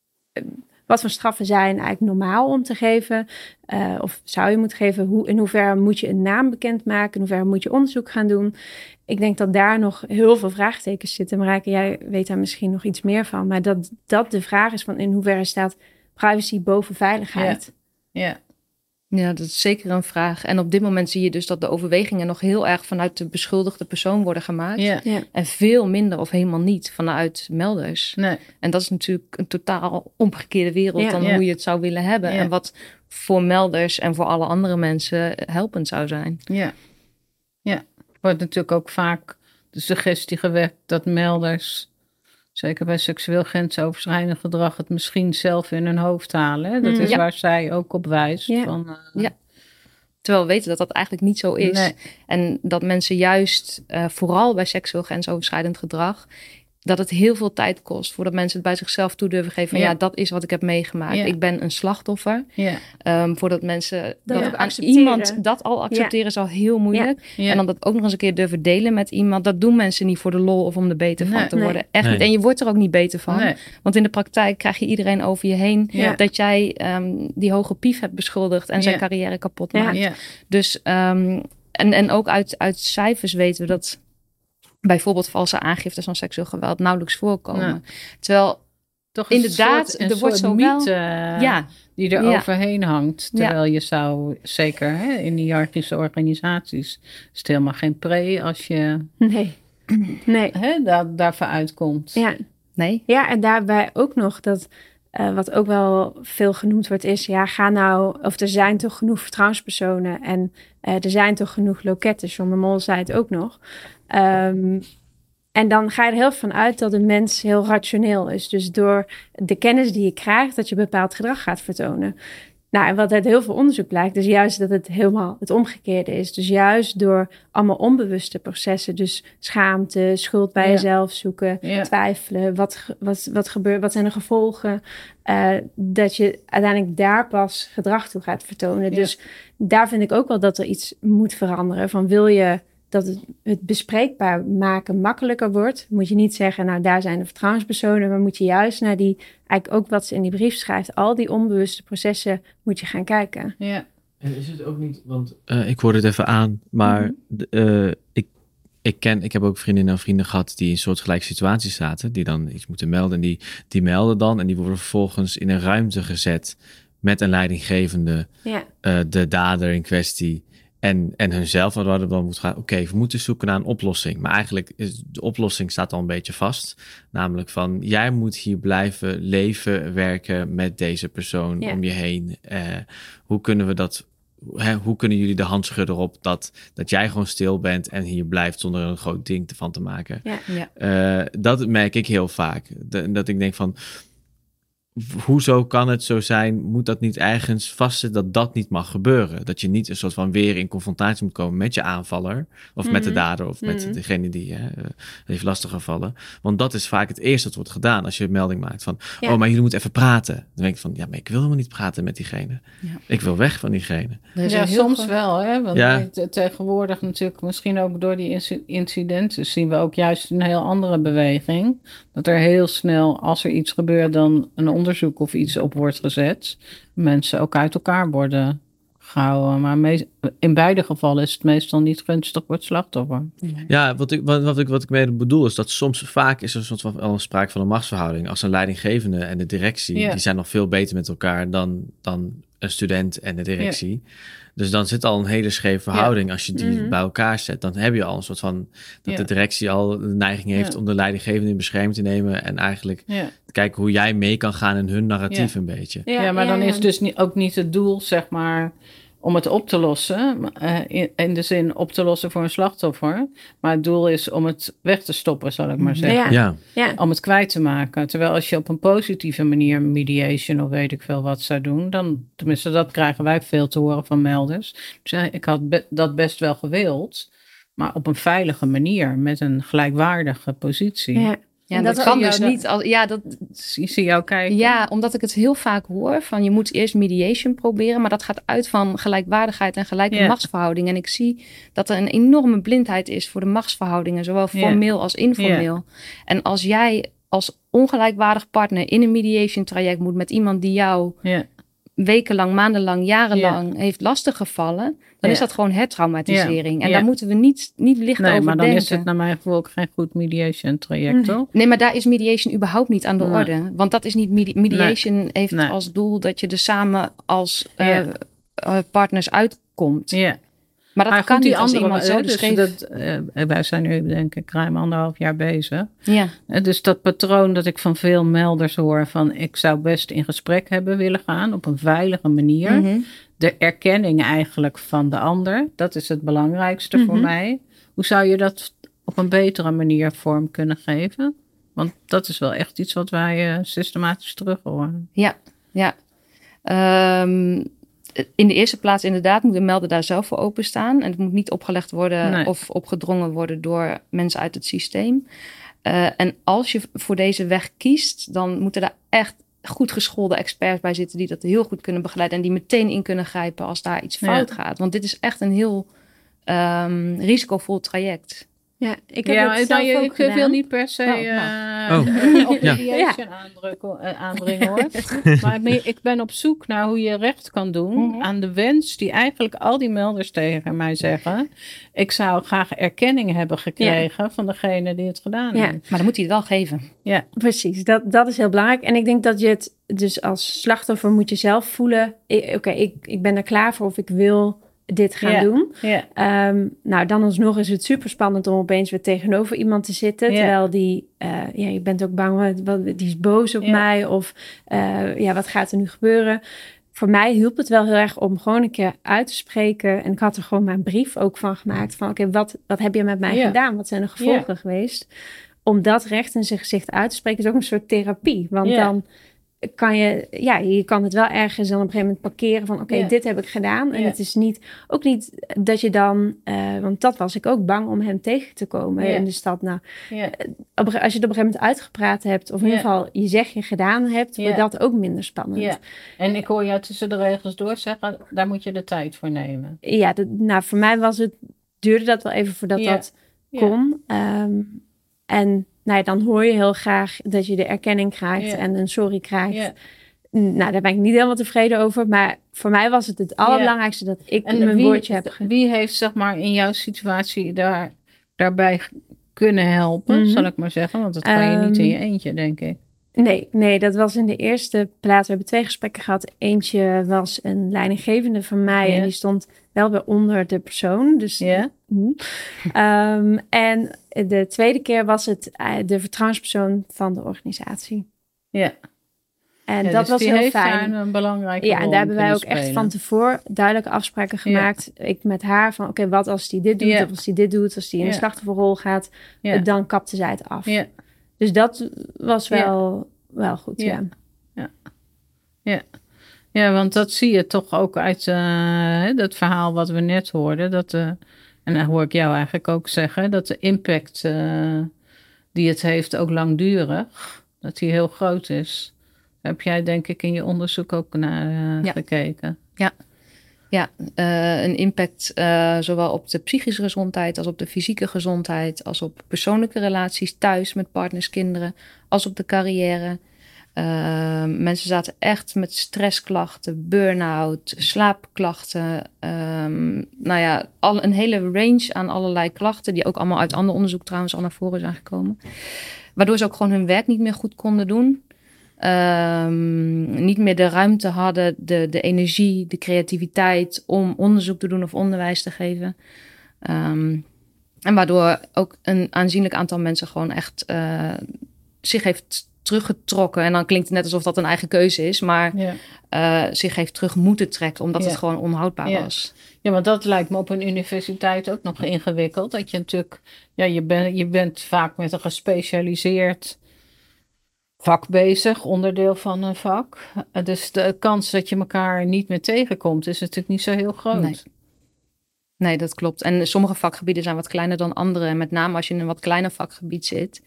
wat voor straffen zijn eigenlijk normaal om te geven? Uh, of zou je moeten geven? Hoe, in hoeverre moet je een naam bekendmaken? In hoeverre moet je onderzoek gaan doen? Ik denk dat daar nog heel veel vraagtekens zitten. Marijke, jij weet daar misschien nog iets meer van. Maar dat dat de vraag is van in hoeverre staat privacy boven veiligheid? Ja, ja. Ja, dat is zeker een vraag. En op dit moment zie je dus dat de overwegingen nog heel erg vanuit de beschuldigde persoon worden gemaakt. Ja. Ja. En veel minder of helemaal niet vanuit melders. Nee. En dat is natuurlijk een totaal omgekeerde wereld Ja. dan Ja. hoe je het zou willen hebben. Ja. En wat voor melders en voor alle andere mensen helpend zou zijn. Ja, ja. Er wordt natuurlijk ook vaak de suggestie gewekt dat melders... zeker bij seksueel grensoverschrijdend gedrag... het misschien zelf in hun hoofd halen. Hè? Dat Mm. is Ja. waar zij ook op wijst. Ja. Van, uh, Ja. Terwijl we weten dat dat eigenlijk niet zo is. Nee. En dat mensen juist, uh, vooral bij seksueel grensoverschrijdend gedrag... dat het heel veel tijd kost voordat mensen het bij zichzelf toe durven geven... van ja, Ja. dat is wat ik heb meegemaakt. Ja. Ik ben een slachtoffer. Ja. Um, voordat mensen Dat dat ook aan accepteren. iemand dat al accepteren is al heel moeilijk. Ja. En dan dat ook nog eens een keer durven delen met iemand. Dat doen mensen niet voor de lol of om er beter Nee. van te Nee. worden. Echt Nee. niet. En je wordt er ook niet beter van. Nee. Want in de praktijk krijg je iedereen over je heen... Ja. dat jij um, die hoge pief hebt beschuldigd... en zijn Ja. carrière kapot Ja. maakt. Ja. Dus um, en, en ook uit, uit cijfers weten we dat... bijvoorbeeld valse aangiftes van seksueel geweld nauwelijks voorkomen. Ja. Terwijl Toch een inderdaad, soort, een er wordt soort zo wel... mythe Ja, die er Ja. overheen hangt. Terwijl je zou, zeker hè, in hiërarchische organisaties... is het helemaal geen pre als je Nee. Nee. hè, daar, daarvoor uitkomt. Ja. nee. Ja, en daarbij ook nog dat... Uh, wat ook wel veel genoemd wordt is... ja, ga nou... of er zijn toch genoeg vertrouwenspersonen... en uh, er zijn toch genoeg loketten. John de Mol zei het ook nog. Um, en dan ga je er heel van uit dat een mens heel rationeel is. Dus door de kennis die je krijgt... dat je bepaald gedrag gaat vertonen. Nou, en wat uit heel veel onderzoek blijkt... is juist dat het helemaal het omgekeerde is. Dus juist door allemaal onbewuste processen... dus schaamte, schuld bij Ja. jezelf zoeken... Ja. twijfelen, wat, ge- wat, wat gebeurt, wat zijn de gevolgen... Uh, dat je uiteindelijk daar pas gedrag toe gaat vertonen. Ja. Dus daar vind ik ook wel dat er iets moet veranderen. Van wil je dat het, het bespreekbaar maken makkelijker wordt... moet je niet zeggen, nou daar zijn de vertrouwenspersonen... maar moet je juist naar die, eigenlijk ook wat ze in die brief schrijft... al die onbewuste processen moet je gaan kijken. Ja. En is het ook niet, want uh, ik hoorde het even aan, maar mm-hmm. uh, ik, ik ken, ik heb ook vriendinnen en vrienden gehad die in soortgelijke situaties zaten, die dan iets moeten melden en die, die melden dan en die worden vervolgens in een ruimte gezet met een leidinggevende, Ja. uh, de dader in kwestie en, en hunzelf, waardoor we dan moeten gaan, oké, okay, we moeten zoeken naar een oplossing. Maar eigenlijk is de oplossing staat al een beetje vast, namelijk van jij moet hier blijven leven, werken met deze persoon Ja. om je heen. Uh, hoe kunnen we dat Hè, hoe kunnen jullie de hand schudden erop dat, dat jij gewoon stil bent en hier blijft zonder er een groot ding van te maken? Ja. Ja. Uh, dat merk ik heel vaak. De, dat ik denk van, hoezo kan het zo zijn? Moet dat niet ergens vastzitten dat dat niet mag gebeuren? Dat je niet een soort van weer in confrontatie moet komen met je aanvaller. Of mm-hmm. met de dader of met mm-hmm. degene die hè, heeft lastiggevallen. Want dat is vaak het eerste dat wordt gedaan als je een melding maakt van... Ja. oh, maar jullie moeten even praten. Dan denk ik van, ja, maar ik wil helemaal niet praten met diegene. Ja. Ik wil weg van diegene. Ja, soms goed. wel. Hè? Want ja. tegenwoordig natuurlijk misschien ook door die incidenten zien we ook juist een heel andere beweging. Dat er heel snel, als er iets gebeurt, dan een onderzoek of iets op wordt gezet. Mensen ook uit elkaar worden gehouden. Maar me- in beide gevallen is het meestal niet gunstig voor het slachtoffer. Ja, wat ik, wat, wat ik, wat ik mee bedoel is dat soms vaak is er een soort van al een sprake van een machtsverhouding. Als een leidinggevende en de directie, ja. die zijn nog veel beter met elkaar dan, dan een student en de directie. Ja. Dus dan zit al een hele scheve verhouding. Ja. Als je die mm-hmm. bij elkaar zet, dan heb je al een soort van... dat ja. de directie al de neiging heeft ja. om de leidinggevende in bescherming te nemen... en eigenlijk ja. te kijken hoe jij mee kan gaan in hun narratief ja. een beetje. Ja, ja maar dan is dus niet, ook niet het doel, zeg maar... om het op te lossen, uh, in, in de zin op te lossen voor een slachtoffer. Maar het doel is om het weg te stoppen, zal ik maar zeggen. Ja. Ja. Ja. Om het kwijt te maken. Terwijl als je op een positieve manier mediation of weet ik veel wat zou doen, dan, tenminste dat krijgen wij veel te horen van melders. Dus ik had be- dat best wel gewild, maar op een veilige manier, met een gelijkwaardige positie. Ja. Ja, en dat, dat kan dus dat, niet. Als, ja, dat zie jou kijken. Ja, omdat ik het heel vaak hoor van je moet eerst mediation proberen, maar dat gaat uit van gelijkwaardigheid en gelijke ja. machtsverhoudingen. En ik zie dat er een enorme blindheid is voor de machtsverhoudingen, zowel formeel ja. als informeel. Ja. En als jij als ongelijkwaardig partner in een mediation traject moet met iemand die jou ja. wekenlang, maandenlang, jarenlang ja. heeft lastiggevallen, dan ja. is dat gewoon hertraumatisering. Ja. En ja. daar moeten we niet, niet licht nee, over maar dan denken. is het naar mijn gevoel ook geen goed mediation traject, toch? Nee, maar daar is mediation überhaupt niet aan de nee. orde. Want dat is niet, medi- mediation nee. heeft nee. als doel dat je er samen als uh, ja. uh, partners uitkomt. Ja. Maar dat maar kan goed, niet die als andere, iemand zo dus beschreef. Dat, uh, wij zijn nu denk ik ruim anderhalf jaar bezig. Ja. Uh, dus dat patroon dat ik van veel melders hoor van ik zou best in gesprek hebben willen gaan op een veilige manier. Mm-hmm. De erkenning eigenlijk van de ander, dat is het belangrijkste mm-hmm. voor mij. Hoe zou je dat op een betere manier vorm kunnen geven? Want dat is wel echt iets wat wij uh, systematisch terug horen. Ja, ja. Um, in de eerste plaats inderdaad moet de melder daar zelf voor openstaan. En het moet niet opgelegd worden nee. of opgedrongen worden door mensen uit het systeem. Uh, en als je voor deze weg kiest, dan moeten daar echt goed geschoolde experts bij zitten die dat heel goed kunnen begeleiden en die meteen in kunnen grijpen als daar iets fout ja. gaat. Want dit is echt een heel um, risicovol traject. Ja, ik heb ja, het zelf je, ook ik gedaan. wil niet per se oh, uh, oh. op mediation ja. aandrukken, uh, aandringen hoor. Maar ik ben op zoek naar hoe je recht kan doen mm-hmm. aan de wens die eigenlijk al die melders tegen mij zeggen. Ik zou graag erkenning hebben gekregen ja. van degene die het gedaan ja. heeft. Maar dan moet hij het wel geven. Ja, precies. Dat, dat is heel belangrijk. En ik denk dat je het dus als slachtoffer moet je zelf voelen. Oké, okay, ik, ik ben er klaar voor of ik wil dit gaan yeah, doen. Yeah. Um, nou, dan alsnog is het super spannend om opeens weer tegenover iemand te zitten. Yeah. Terwijl die, uh, ja, je bent ook bang, wat, wat, die is boos op yeah. mij. Of uh, ja, wat gaat er nu gebeuren? Voor mij hielp het wel heel erg om gewoon een keer uit te spreken. En ik had er gewoon mijn brief ook van gemaakt. Van oké, okay, wat, wat heb je met mij yeah. gedaan? Wat zijn de gevolgen yeah. geweest? Om dat recht in zijn gezicht uit te spreken is ook een soort therapie. Want yeah. dan kan je, ja, je kan het wel ergens dan op een gegeven moment parkeren van oké, okay, yeah. dit heb ik gedaan. En yeah. het is niet, ook niet dat je dan, uh, want dat was ik ook bang om hem tegen te komen yeah. in de stad. Nou, yeah. op, als je het op een gegeven moment uitgepraat hebt, of in yeah. ieder geval je zegje gedaan hebt, yeah. wordt dat ook minder spannend. Yeah. En ik hoor jou tussen de regels door zeggen, daar moet je de tijd voor nemen. Ja, dat, nou voor mij was het, duurde dat wel even voordat yeah. dat kon. Yeah. Um, en nou ja, dan hoor je heel graag dat je de erkenning krijgt yeah. en een sorry krijgt. Yeah. Nou, daar ben ik niet helemaal tevreden over. Maar voor mij was het het allerbelangrijkste yeah. dat ik en mijn wie, woordje heb. Ge- wie heeft zeg maar in jouw situatie daar, daarbij kunnen helpen, mm-hmm. zal ik maar zeggen? Want dat kan je um, niet in je eentje, denk ik. Nee, nee, dat was in de eerste plaats. We hebben twee gesprekken gehad. Eentje was een leidinggevende van mij. Yeah. En die stond wel weer onder de persoon. Dus, yeah. mm. um, en de tweede keer was het uh, de vertrouwenspersoon van de organisatie. Ja. Yeah. En ja, dat dus was die heel heeft fijn. Een belangrijke ja, en daar hebben wij ook spelen. echt van tevoren duidelijke afspraken gemaakt. Ja. Ik met haar van, oké, okay, wat als die dit doet, ja. of als die dit doet, als die in een ja. slachtofferrol gaat, ja. dan kapte zij het af. Ja. Dus dat was wel, ja. wel goed, ja. ja. Ja. Ja. Ja, want dat zie je toch ook uit uh, dat verhaal wat we net hoorden. Dat, uh, en dan hoor ik jou eigenlijk ook zeggen, dat de impact uh, die het heeft ook langdurig, dat die heel groot is. Daar heb jij denk ik in je onderzoek ook naar uh, ja. gekeken. Ja, ja uh, een impact uh, zowel op de psychische gezondheid als op de fysieke gezondheid, als op persoonlijke relaties thuis met partners, kinderen, als op de carrière. Uh, mensen zaten echt met stressklachten, burn-out, slaapklachten. Um, nou ja, al een hele range aan allerlei klachten, die ook allemaal uit ander onderzoek trouwens al naar voren zijn gekomen. Waardoor ze ook gewoon hun werk niet meer goed konden doen. Um, niet meer de ruimte hadden, de, de energie, de creativiteit om onderzoek te doen of onderwijs te geven. Um, en waardoor ook een aanzienlijk aantal mensen gewoon echt uh, zich heeft teruggetrokken. En dan klinkt het net alsof dat een eigen keuze is, maar ja. uh, zich heeft terug moeten trekken, omdat ja. het gewoon onhoudbaar ja. was. Ja, want dat lijkt me op een universiteit ook nog ingewikkeld. Dat je natuurlijk, ja, je, ben, je bent vaak met een gespecialiseerd vak bezig, onderdeel van een vak. Dus de kans dat je elkaar niet meer tegenkomt is natuurlijk niet zo heel groot. Nee. Nee, dat klopt. En sommige vakgebieden zijn wat kleiner dan andere. En met name als je in een wat kleiner vakgebied zit.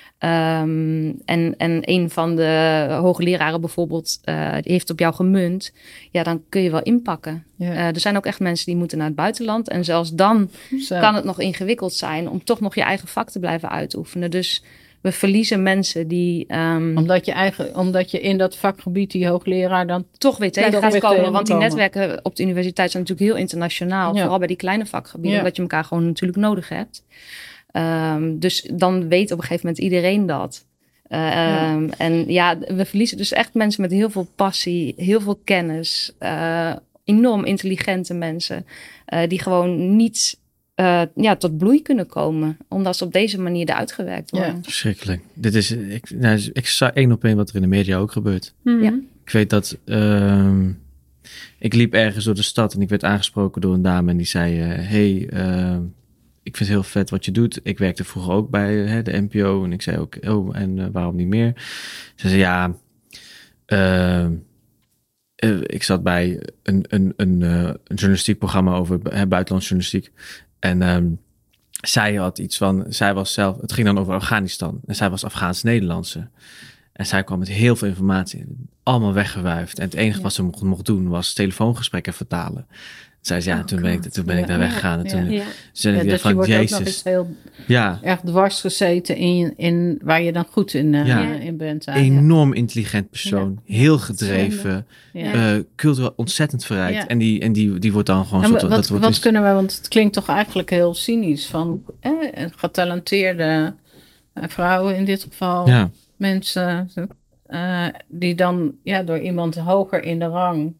Um, en, en een van de hoogleraren bijvoorbeeld uh, die heeft op jou gemunt. Ja, dan kun je wel inpakken. Ja. Uh, er zijn ook echt mensen die moeten naar het buitenland. En zelfs dan Zo. kan het nog ingewikkeld zijn om toch nog je eigen vak te blijven uitoefenen. Dus we verliezen mensen die... Um, omdat, je eigen, omdat je in dat vakgebied die hoogleraar dan toch weer tegen gaat komen. Tegen want die netwerken op de universiteit zijn natuurlijk heel internationaal. Ja. Vooral bij die kleine vakgebieden. Ja. Omdat je elkaar gewoon natuurlijk nodig hebt. Um, dus dan weet op een gegeven moment iedereen dat. Uh, ja. Um, en ja, we verliezen dus echt mensen met heel veel passie, heel veel kennis. Uh, enorm intelligente mensen. Uh, die gewoon niet uh, ja, tot bloei kunnen komen. Omdat ze op deze manier eruit gewerkt worden. Ja. Verschrikkelijk. Dit is, ik, nou, ik zag één op één wat er in de media ook gebeurt. Mm-hmm. Ja. Ik weet dat... Uh, ik liep ergens door de stad en ik werd aangesproken door een dame en die zei... Uh, hey, uh, ik vind het heel vet wat je doet. Ik werkte vroeger ook bij hè, de N P O. En ik zei ook, oh, en uh, waarom niet meer? Ze zei, ja... Uh, uh, ik zat bij een, een, een, uh, een journalistiek programma over uh, buitenlandse journalistiek. En um, zij had iets van... Zij was zelf... Het ging dan over Afghanistan. En zij was Afghaans-Nederlandse. En zij kwam met heel veel informatie. Allemaal weggewuifd. En het enige ja. wat ze mocht, mocht doen was telefoongesprekken vertalen. Zei ze, ja, oh, toen, ben ik, toen ben ik ja, daar weggegaan. En toen ja. zei ik ja, van, je wordt Jezus. ook nog eens heel ja. erg dwars gezeten in, in waar je dan goed in, uh, ja. in bent. Eigenlijk. Enorm intelligent persoon. Ja. Heel gedreven. Ja. Uh, cultureel ontzettend verrijkt. Ja. En, die, en die, die wordt dan gewoon... En zo, wat dat wordt wat dus... kunnen we... Want het klinkt toch eigenlijk heel cynisch. Van eh, getalenteerde uh, vrouwen in dit geval. Ja. Mensen uh, die dan ja, door iemand hoger in de rang...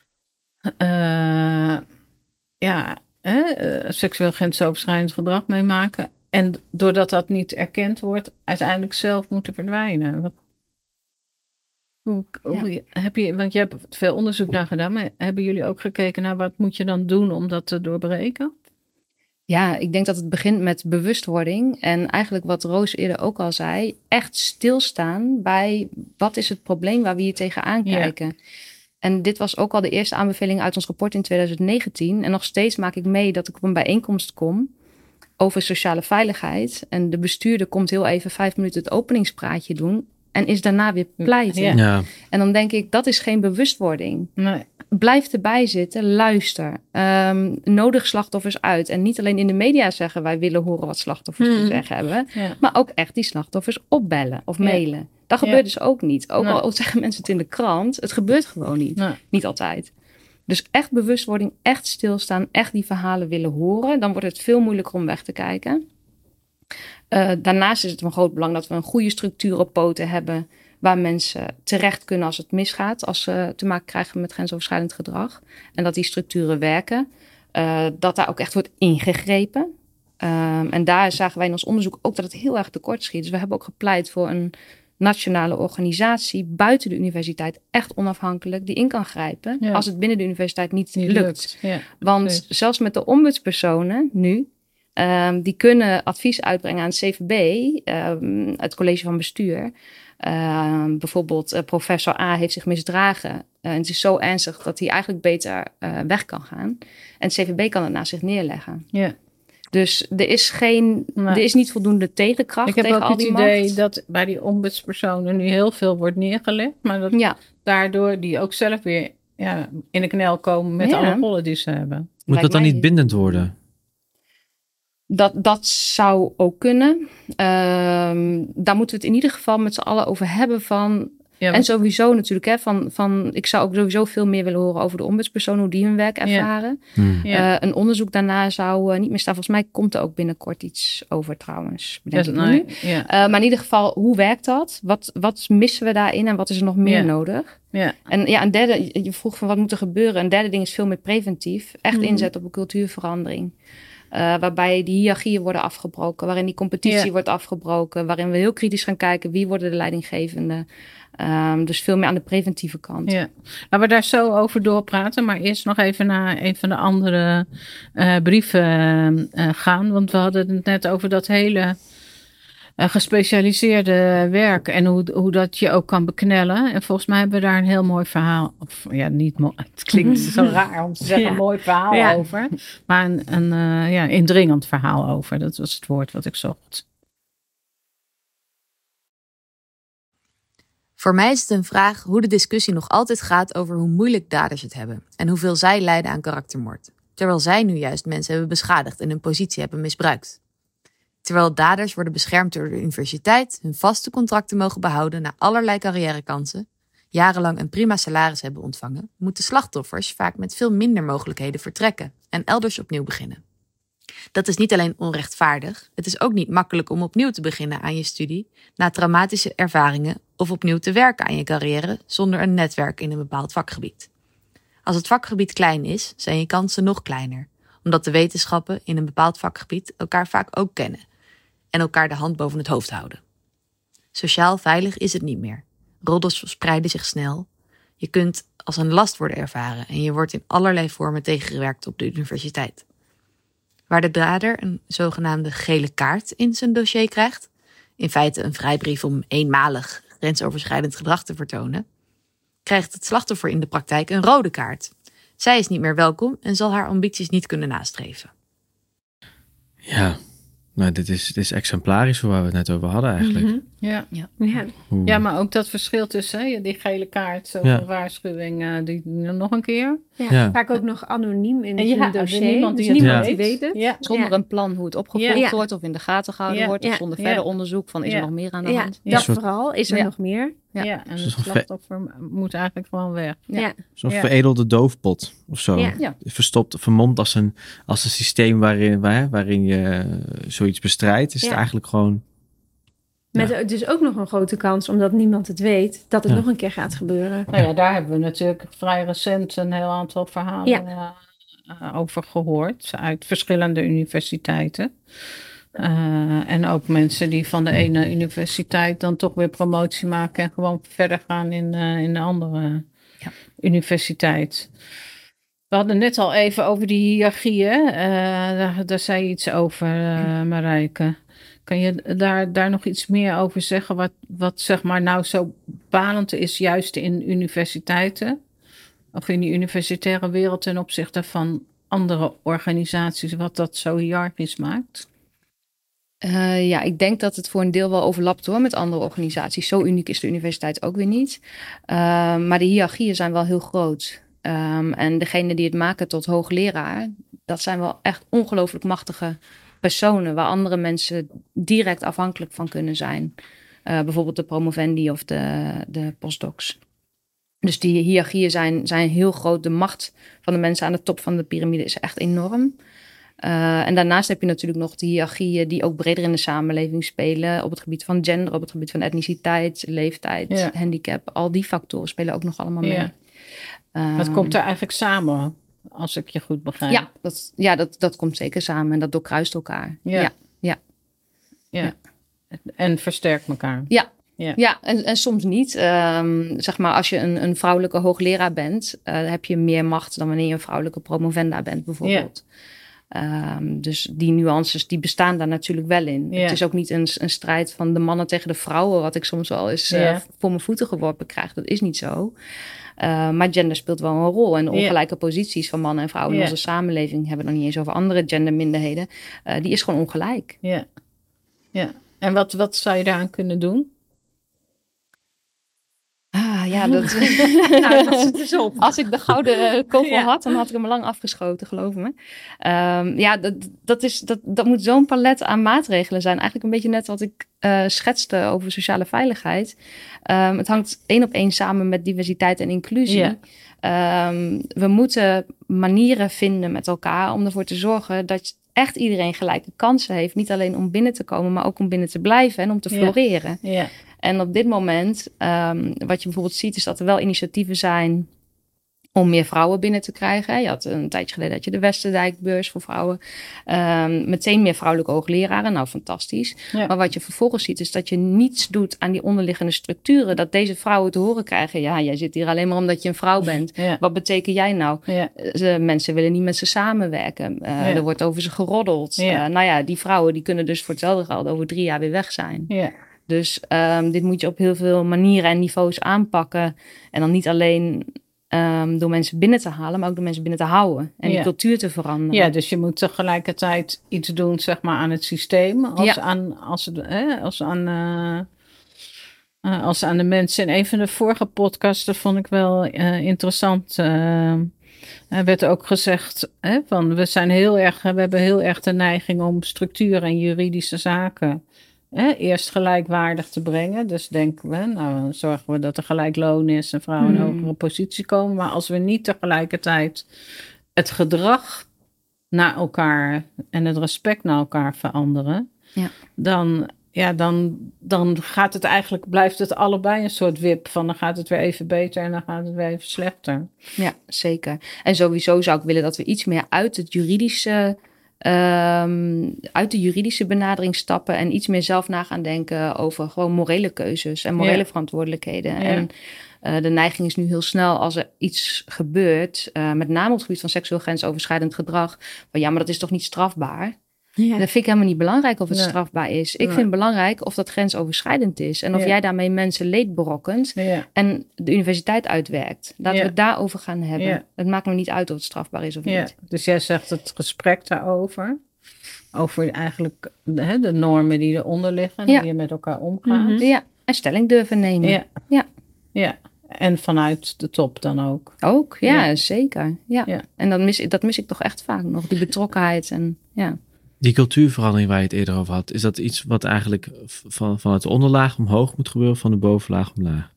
Uh, ja, eh, seksueel grensoverschrijdend gedrag meemaken. En doordat dat niet erkend wordt, uiteindelijk zelf moeten verdwijnen. Wat, hoe, hoe, ja. heb je, want je hebt veel onderzoek naar gedaan, maar hebben jullie ook gekeken naar wat moet je dan doen om dat te doorbreken? Ja, ik denk dat het begint met bewustwording. En eigenlijk wat Roos eerder ook al zei, echt stilstaan bij wat is het probleem waar we hier tegenaan kijken. Ja. En dit was ook al de eerste aanbeveling uit ons rapport in twintig negentien. En nog steeds maak ik mee dat ik op een bijeenkomst kom over sociale veiligheid. En de bestuurder komt heel even vijf minuten het openingspraatje doen. En is daarna weer pleiten. Ja. Ja. En dan denk ik, dat is geen bewustwording. Nee. Blijf erbij zitten, luister. Um, nodig slachtoffers uit. En niet alleen in de media zeggen, wij willen horen wat slachtoffers hmm. te zeggen hebben. Ja. Maar ook echt die slachtoffers opbellen of mailen. Ja. Dat gebeurt ja. dus ook niet. Ook nee. al zeggen mensen het in de krant, het gebeurt gewoon niet. Nee. Niet altijd. Dus echt bewustwording, echt stilstaan, echt die verhalen willen horen. Dan wordt het veel moeilijker om weg te kijken. Uh, daarnaast is het van groot belang dat we een goede structuur op poten hebben, waar mensen terecht kunnen als het misgaat, als ze te maken krijgen met grensoverschrijdend gedrag. En dat die structuren werken. Uh, dat daar ook echt wordt ingegrepen. Um, en daar zagen wij in ons onderzoek ook dat het heel erg tekort schiet. Dus we hebben ook gepleit voor een nationale organisatie buiten de universiteit, echt onafhankelijk, die in kan grijpen ja. als het binnen de universiteit niet, niet lukt. lukt. Ja, Want precies. zelfs met de ombudspersonen nu, um, die kunnen advies uitbrengen aan het C V B, um, het college van bestuur, Uh, bijvoorbeeld uh, professor A heeft zich misdragen. Uh, en het is zo ernstig dat hij eigenlijk beter uh, weg kan gaan. En het C V B kan het naast zich neerleggen. Ja. Dus er is, geen, Nee. er is niet voldoende tegenkracht. Ik heb tegen ook al het die idee macht. dat bij die ombudspersonen nu heel veel wordt neergelegd. Maar dat Ja, daardoor die ook zelf weer ja, in de knel komen met Ja. alle rollen die ze hebben. Moet lijkt dat dan mij- niet bindend worden? Dat, dat zou ook kunnen. Um, daar moeten we het in ieder geval met z'n allen over hebben van... Ja, En sowieso natuurlijk, hè, van, van, ik zou ook sowieso veel meer willen horen over de ombudspersonen, hoe die hun werk ervaren. Hmm. ja. Uh, een onderzoek daarna zou uh, niet meer staan. Volgens mij komt er ook binnenkort iets over trouwens. Bedenk dat, ik me nee, nu. ja, Uh, maar in ieder geval, hoe werkt dat? Wat, wat missen we daarin en wat is er nog meer Ja. nodig? ja, En ja, een derde, je- je vroeg van wat moet er gebeuren? Een derde ding is veel meer preventief. Echt Mhm. inzet op een cultuurverandering. Uh, waarbij die hiërarchieën worden afgebroken. Waarin die competitie Ja. wordt afgebroken. Waarin we heel kritisch gaan kijken wie worden de leidinggevenden. Um, dus veel meer aan de preventieve kant. ja. Laten we daar zo over doorpraten. Maar eerst nog even naar een van de andere uh, brieven uh, gaan. Want we hadden het net over dat hele uh, gespecialiseerde werk. En hoe, hoe dat je ook kan beknellen. En volgens mij hebben we daar een heel mooi verhaal. Of ja, niet mooi. Het klinkt zo raar om te zeggen Ja. een mooi verhaal Ja. over. Maar een, een uh, ja, indringend verhaal over. Dat was het woord wat ik zocht. Voor mij is het een vraag hoe de discussie nog altijd gaat over hoe moeilijk daders het hebben en hoeveel zij lijden aan karaktermoord, terwijl zij nu juist mensen hebben beschadigd en hun positie hebben misbruikt. Terwijl daders worden beschermd door de universiteit, hun vaste contracten mogen behouden na allerlei carrièrekansen, jarenlang een prima salaris hebben ontvangen, moeten slachtoffers vaak met veel minder mogelijkheden vertrekken en elders opnieuw beginnen. Dat is niet alleen onrechtvaardig, het is ook niet makkelijk om opnieuw te beginnen aan je studie na traumatische ervaringen of opnieuw te werken aan je carrière zonder een netwerk in een bepaald vakgebied. Als het vakgebied klein is, zijn je kansen nog kleiner, omdat de wetenschappen in een bepaald vakgebied elkaar vaak ook kennen en elkaar de hand boven het hoofd houden. Sociaal veilig is het niet meer. Roddels verspreiden zich snel. Je kunt als een last worden ervaren en je wordt in allerlei vormen tegengewerkt op de universiteit. Waar de dader een zogenaamde gele kaart in zijn dossier krijgt, in feite een vrijbrief om eenmalig grensoverschrijdend gedrag te vertonen, krijgt het slachtoffer in de praktijk een rode kaart. Zij is niet meer welkom en zal haar ambities niet kunnen nastreven. Ja, nou, dit is, dit is exemplarisch voor waar we het net over hadden eigenlijk. Mm-hmm. Ja. Ja. Hoe- Ja, maar ook dat verschil tussen hè, die gele kaart, zoveel Ja. waarschuwing, uh, die nog een keer. Ja, Ja. vaak ook nog anoniem in En zijn ja, dossier. niemand die dus het niemand weet. weet het. Ja. Zonder Ja. een plan hoe het opgevolgd Ja. wordt of in de gaten gehouden Ja. wordt. Ja. Of zonder Ja. verder onderzoek van is Ja. er nog meer aan de Ja, hand. Ja. dat Soort- vooral. Is er Ja. nog meer? Ja, Ja. en Dus het nog ve- slachtoffer moet eigenlijk gewoon weg. Ja. Ja. Zo'n Ja. veredelde doofpot of zo. Ja. Ja. Verstopt, vermomd als een, als een systeem waarin, waar, waarin je zoiets bestrijdt. Is Ja. het eigenlijk gewoon... Met dus ook nog een grote kans, omdat niemand het weet, dat het Ja. nog een keer gaat gebeuren. Nou ja, daar hebben we natuurlijk vrij recent een heel aantal verhalen Ja. uh, over gehoord. Uit verschillende universiteiten. Uh, en ook mensen die van de ene universiteit dan toch weer promotie maken en gewoon verder gaan in, uh, in de andere Ja. universiteit. We hadden net al even over die hiërarchieën. Uh, daar, daar zei je iets over, uh, Marijke. Kan je daar, daar nog iets meer over zeggen? Wat, wat zeg maar nou zo bepalend is juist in universiteiten? Of in die universitaire wereld ten opzichte van andere organisaties. Wat dat zo hiërarchisch maakt? Uh, ja, ik denk dat het voor een deel wel overlapt hoor met andere organisaties. Zo uniek is de universiteit ook weer niet. Uh, maar de hiërarchieën zijn wel heel groot. Um, en degene die het maken tot hoogleraar, dat zijn wel echt ongelooflijk machtige personen waar andere mensen direct afhankelijk van kunnen zijn. Uh, bijvoorbeeld de promovendi of de, de postdocs. Dus die hiërarchieën zijn, zijn heel groot. De macht van de mensen aan de top van de piramide is echt enorm. Uh, en daarnaast heb je natuurlijk nog de hiërarchieën die ook breder in de samenleving spelen. Op het gebied van gender, op het gebied van etniciteit, leeftijd, Ja. handicap. Al die factoren spelen ook nog allemaal mee. Ja. Um, Het komt er eigenlijk samen, als ik je goed begrijp. Ja, dat, ja dat, dat komt zeker samen en dat doorkruist elkaar. Ja. Ja, ja. Ja. En versterkt elkaar. Ja, Ja. ja en, en soms niet. Um, zeg maar, als je een, een vrouwelijke hoogleraar bent, uh, heb je meer macht dan wanneer je een vrouwelijke promovenda bent, bijvoorbeeld. Um, dus die nuances die bestaan daar natuurlijk wel in. Ja. Het is ook niet een, een strijd van de mannen tegen de vrouwen, wat ik soms wel eens uh, Ja. voor mijn voeten geworpen krijg. Dat is niet zo. Uh, maar gender speelt wel een rol. En de ongelijke ja. posities van mannen en vrouwen in ja. onze samenleving, hebben we nog niet eens over andere genderminderheden. Uh, die is gewoon ongelijk. Ja, ja. En wat, wat zou je daaraan kunnen doen? Ah, ja, dat... nou, dat zit dus op. Als ik de gouden kogel ja. had, dan had ik hem lang afgeschoten, geloof me. Um, ja, dat, dat, is, dat, dat moet zo'n palet aan maatregelen zijn. Eigenlijk een beetje net wat ik uh, schetste over sociale veiligheid. Um, het hangt één op één samen met diversiteit en inclusie. Ja. Um, we moeten manieren vinden met elkaar om ervoor te zorgen dat echt iedereen gelijke kansen heeft. Niet alleen om binnen te komen, maar ook om binnen te blijven en om te floreren. Ja. Ja. En op dit moment, um, wat je bijvoorbeeld ziet, is dat er wel initiatieven zijn om meer vrouwen binnen te krijgen. Je had een tijdje geleden dat je de Westerdijkbeurs voor vrouwen. Um, meteen meer vrouwelijke hoogleraren. Nou, fantastisch. Ja. Maar wat je vervolgens ziet, is dat je niets doet aan die onderliggende structuren. Dat deze vrouwen te horen krijgen. Ja, jij zit hier alleen maar omdat je een vrouw bent. Ja. Wat betekent jij nou? Ja. Uh, mensen willen niet met ze samenwerken. Uh, ja. Er wordt over ze geroddeld. Ja. Uh, nou ja, die vrouwen die kunnen dus voor hetzelfde geld over drie jaar weer weg zijn. Ja. Dus um, dit moet je op heel veel manieren en niveaus aanpakken. En dan niet alleen um, door mensen binnen te halen, maar ook door mensen binnen te houden. En ja. die cultuur te veranderen. Ja, dus je moet tegelijkertijd iets doen, zeg maar, aan het systeem. Als, ja. aan, als, eh, als, aan, uh, uh, als aan de mensen. In een van de vorige podcasts, dat vond ik wel uh, interessant. Uh, Er werd ook gezegd, hè, van we zijn heel erg, we hebben heel erg de neiging om structuur en juridische zaken Hè, eerst gelijkwaardig te brengen. Dus denken we, nou dan zorgen we dat er gelijk loon is en vrouwen in een hogere positie komen. Maar als we niet tegelijkertijd het gedrag naar elkaar en het respect naar elkaar veranderen, ja. dan, ja, dan, dan gaat het eigenlijk, blijft het allebei een soort wip van dan gaat het weer even beter en dan gaat het weer even slechter. Ja, zeker. En sowieso zou ik willen dat we iets meer uit het juridische Um, uit de juridische benadering stappen en iets meer zelf na gaan denken over gewoon morele keuzes en morele ja. verantwoordelijkheden. Ja. En uh, de neiging is nu heel snel als er iets gebeurt, uh, met name op het gebied van seksueel grensoverschrijdend gedrag, van ja, maar dat is toch niet strafbaar? Ja. Dat vind ik helemaal niet belangrijk of het ja. strafbaar is. Ik ja. vind het belangrijk of dat grensoverschrijdend is. En of ja. jij daarmee mensen leed berokkent ja. en de universiteit uitwerkt. Laten ja. we het daarover gaan hebben. Ja. Het maakt me niet uit of het strafbaar is of ja. niet. Dus jij zegt het gesprek daarover. Over eigenlijk de, de normen die eronder liggen. En ja. hoe je met elkaar omgaat. Mm-hmm. Ja, en stelling durven nemen. Ja. Ja. ja. En vanuit de top dan ook. Ook, ja, ja. zeker. Ja. Ja. En dat mis, dat mis ik toch echt vaak nog. Die betrokkenheid en ja. Die cultuurverandering waar je het eerder over had, is dat iets wat eigenlijk van, van het onderlaag omhoog moet gebeuren, van de bovenlaag omlaag?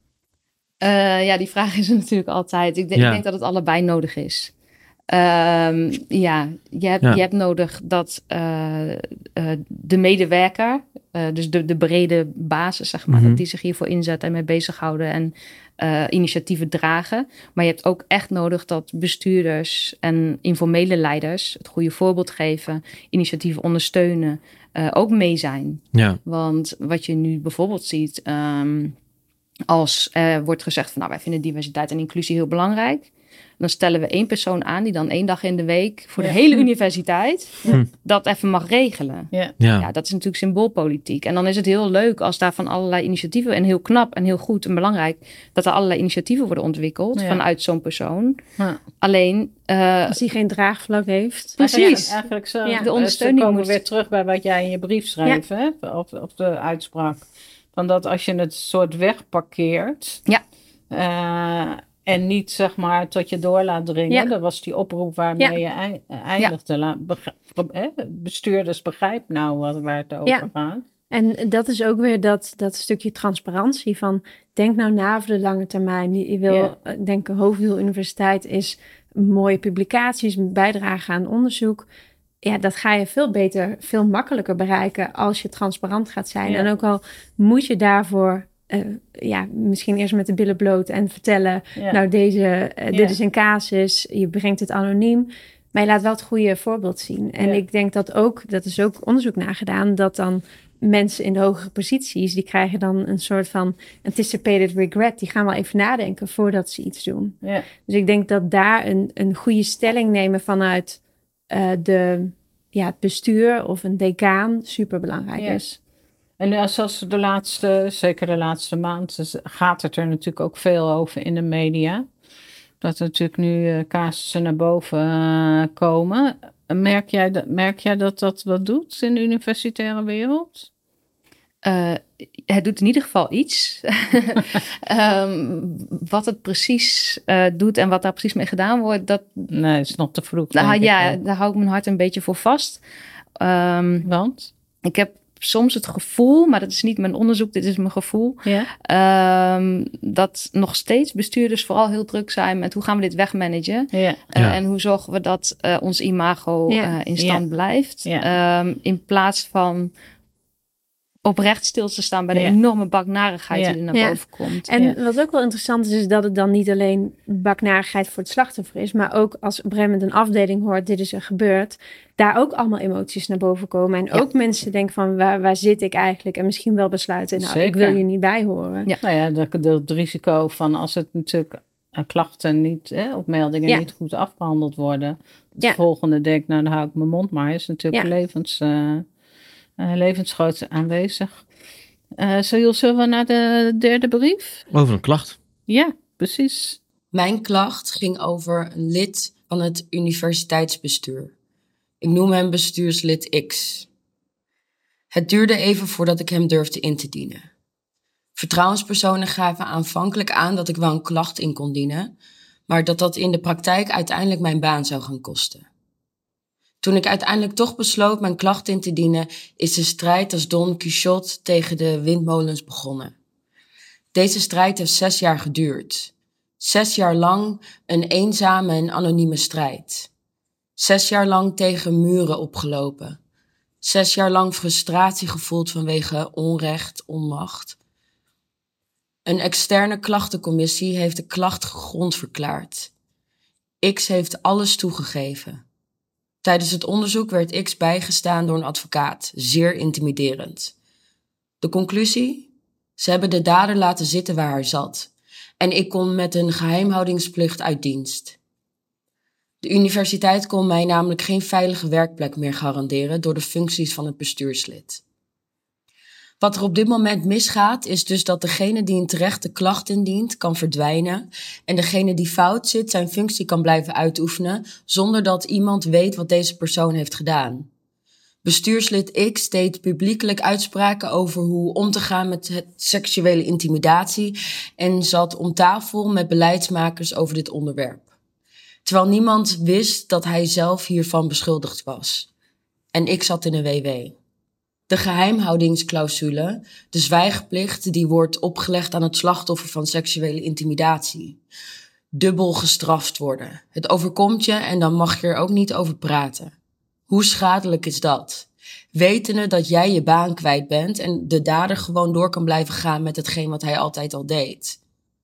Uh, ja, die vraag is er natuurlijk altijd. Ik denk, ja. ik denk dat het allebei nodig is. Um, ja, je hebt, ja. je hebt nodig dat uh, uh, de medewerker, uh, dus de, de brede basis, zeg maar, mm-hmm. dat die zich hiervoor inzetten en mee bezighouden en uh, initiatieven dragen. Maar je hebt ook echt nodig dat bestuurders en informele leiders het goede voorbeeld geven, initiatieven ondersteunen, uh, ook mee zijn. Ja. Want wat je nu bijvoorbeeld ziet, um, als er wordt gezegd van nou, wij vinden diversiteit en inclusie heel belangrijk. Dan stellen we één persoon aan die dan één dag in de week voor de ja. hele universiteit hm. dat even mag regelen. Ja. Ja. ja, dat is natuurlijk symboolpolitiek. En dan is het heel leuk als daar van allerlei initiatieven, en heel knap en heel goed en belangrijk, dat er allerlei initiatieven worden ontwikkeld ja. vanuit zo'n persoon. Ja. Alleen Uh, als die geen draagvlak heeft. Precies. Ja, eigenlijk zo. Ja. De ondersteuning komen moet... weer terug bij wat jij in je brief schreef, ja. hè? Of, of de uitspraak. Van dat als je het soort wegparkeert. Ja. Uh, En niet, zeg maar, tot je door laat dringen. Ja. Dat was die oproep waarmee ja. je eindigde. Ja. Begrijp, bestuurders, begrijp nou wat, waar het over ja. gaat. En dat is ook weer dat, dat stukje transparantie van denk nou na voor de lange termijn. Je wil ja. denken, Hoofddoel Universiteit is mooie publicaties, bijdragen aan onderzoek. Ja, dat ga je veel beter, veel makkelijker bereiken als je transparant gaat zijn. Ja. En ook al moet je daarvoor Uh, ja, misschien eerst met de billen bloot en vertellen, ja. nou deze, uh, dit ja. is een casus, je brengt het anoniem, maar je laat wel het goede voorbeeld zien. En ja. ik denk dat ook, dat is ook onderzoek naar gedaan, dat dan mensen in de hogere posities, die krijgen dan een soort van anticipated regret, die gaan wel even nadenken voordat ze iets doen. Ja. Dus ik denk dat daar een, een goede stelling nemen vanuit uh, de, ja, het bestuur of een decaan superbelangrijk Ja. is. En zoals de laatste, zeker de laatste maand, gaat het er natuurlijk ook veel over in de media. Dat er natuurlijk nu uh, casussen naar boven uh, komen. Merk jij, dat, merk jij dat dat wat doet in de universitaire wereld? Uh, het doet in ieder geval iets. um, wat het precies uh, doet en wat daar precies mee gedaan wordt, dat... Nee, het is nog te vroeg. Nou ja, daar hou ik mijn hart een beetje voor vast. Um, Want? Ik heb soms het gevoel, maar dat is niet mijn onderzoek, dit is mijn gevoel, ja. um, dat nog steeds bestuurders vooral heel druk zijn met hoe gaan we dit wegmanagen. Ja. Uh, Ja. En hoe zorgen we dat uh, ons imago Ja. uh, in stand Ja. blijft. Ja. Um, in plaats van oprecht stil te staan bij de Ja. enorme baknarigheid Ja. die er naar Ja. boven komt. En Ja. wat ook wel interessant is, is dat het dan niet alleen baknarigheid voor het slachtoffer is, maar ook als op een gegeven moment een afdeling hoort, dit is er gebeurd, daar ook allemaal emoties naar boven komen. En Ja. ook mensen denken van, waar, waar zit ik eigenlijk? En misschien wel besluiten, nou, Zeker. ik wil je niet bij horen. Ja. Nou ja, dat, dat het risico van als het natuurlijk uh, klachten niet, eh, of meldingen Ja. niet goed afgehandeld worden. Het Ja. volgende denk, nou dan hou ik mijn mond maar, is natuurlijk Ja. levens, uh, uh, levensgroot aanwezig. Uh, zullen we naar de derde brief? Over een klacht. Ja, precies. Mijn klacht ging over een lid van het universiteitsbestuur. Ik noem hem bestuurslid X. Het duurde even voordat ik hem durfde in te dienen. Vertrouwenspersonen gaven aanvankelijk aan dat ik wel een klacht in kon dienen, maar dat dat in de praktijk uiteindelijk mijn baan zou gaan kosten. Toen ik uiteindelijk toch besloot mijn klacht in te dienen, is de strijd als Don Quixote tegen de windmolens begonnen. Deze strijd heeft zes jaar geduurd. Zes jaar lang een eenzame en anonieme strijd. Zes jaar lang tegen muren opgelopen. Zes jaar lang frustratie gevoeld vanwege onrecht, onmacht. Een externe klachtencommissie heeft de klacht gegrond verklaard. X heeft alles toegegeven. Tijdens het onderzoek werd X bijgestaan door een advocaat, zeer intimiderend. De conclusie? Ze hebben de dader laten zitten waar hij zat. En ik kon met een geheimhoudingsplicht uit dienst. De universiteit kon mij namelijk geen veilige werkplek meer garanderen door de functies van het bestuurslid. Wat er op dit moment misgaat, is dus dat degene die een terechte klacht indient, kan verdwijnen en degene die fout zit zijn functie kan blijven uitoefenen zonder dat iemand weet wat deze persoon heeft gedaan. Bestuurslid X deed publiekelijk uitspraken over hoe om te gaan met het seksuele intimidatie en zat om tafel met beleidsmakers over dit onderwerp. Terwijl niemand wist dat hij zelf hiervan beschuldigd was. En ik zat in een W W. De geheimhoudingsclausule, de zwijgplicht die wordt opgelegd aan het slachtoffer van seksuele intimidatie. Dubbel gestraft worden. Het overkomt je en dan mag je er ook niet over praten. Hoe schadelijk is dat? Wetende dat jij je baan kwijt bent en de dader gewoon door kan blijven gaan met hetgeen wat hij altijd al deed.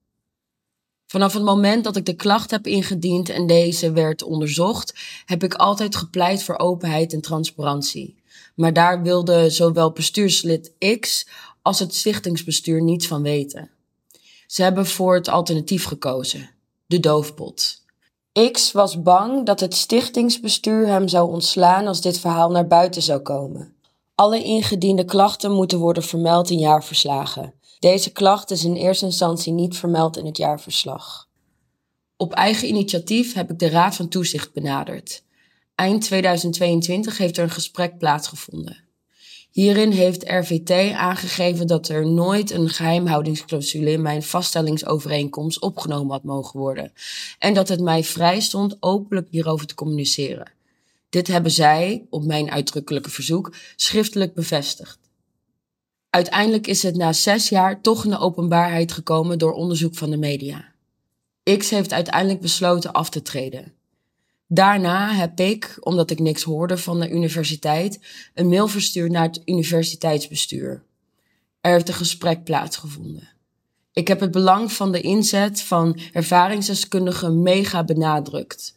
Vanaf het moment dat ik de klacht heb ingediend en deze werd onderzocht, heb ik altijd gepleit voor openheid en transparantie. Maar daar wilde zowel bestuurslid X als het stichtingsbestuur niets van weten. Ze hebben voor het alternatief gekozen, de doofpot. X was bang dat het stichtingsbestuur hem zou ontslaan als dit verhaal naar buiten zou komen. Alle ingediende klachten moeten worden vermeld in jaarverslagen. Deze klacht is in eerste instantie niet vermeld in het jaarverslag. Op eigen initiatief heb ik de Raad van Toezicht benaderd. Eind tweeduizend tweeëntwintig heeft er een gesprek plaatsgevonden. Hierin heeft R V T aangegeven dat er nooit een geheimhoudingsclausule in mijn vaststellingsovereenkomst opgenomen had mogen worden en dat het mij vrij stond openlijk hierover te communiceren. Dit hebben zij, op mijn uitdrukkelijke verzoek, schriftelijk bevestigd. Uiteindelijk is het na zes jaar toch in de openbaarheid gekomen door onderzoek van de media. X heeft uiteindelijk besloten af te treden. Daarna heb ik, omdat ik niks hoorde van de universiteit, een mail verstuurd naar het universiteitsbestuur. Er heeft een gesprek plaatsgevonden. Ik heb het belang van de inzet van ervaringsdeskundigen mega benadrukt.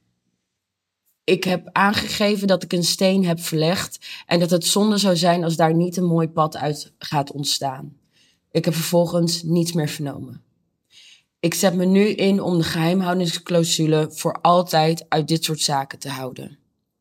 Ik heb aangegeven dat ik een steen heb verlegd en dat het zonde zou zijn als daar niet een mooi pad uit gaat ontstaan. Ik heb vervolgens niets meer vernomen. Ik zet me nu in om de geheimhoudingsclausule voor altijd uit dit soort zaken te houden.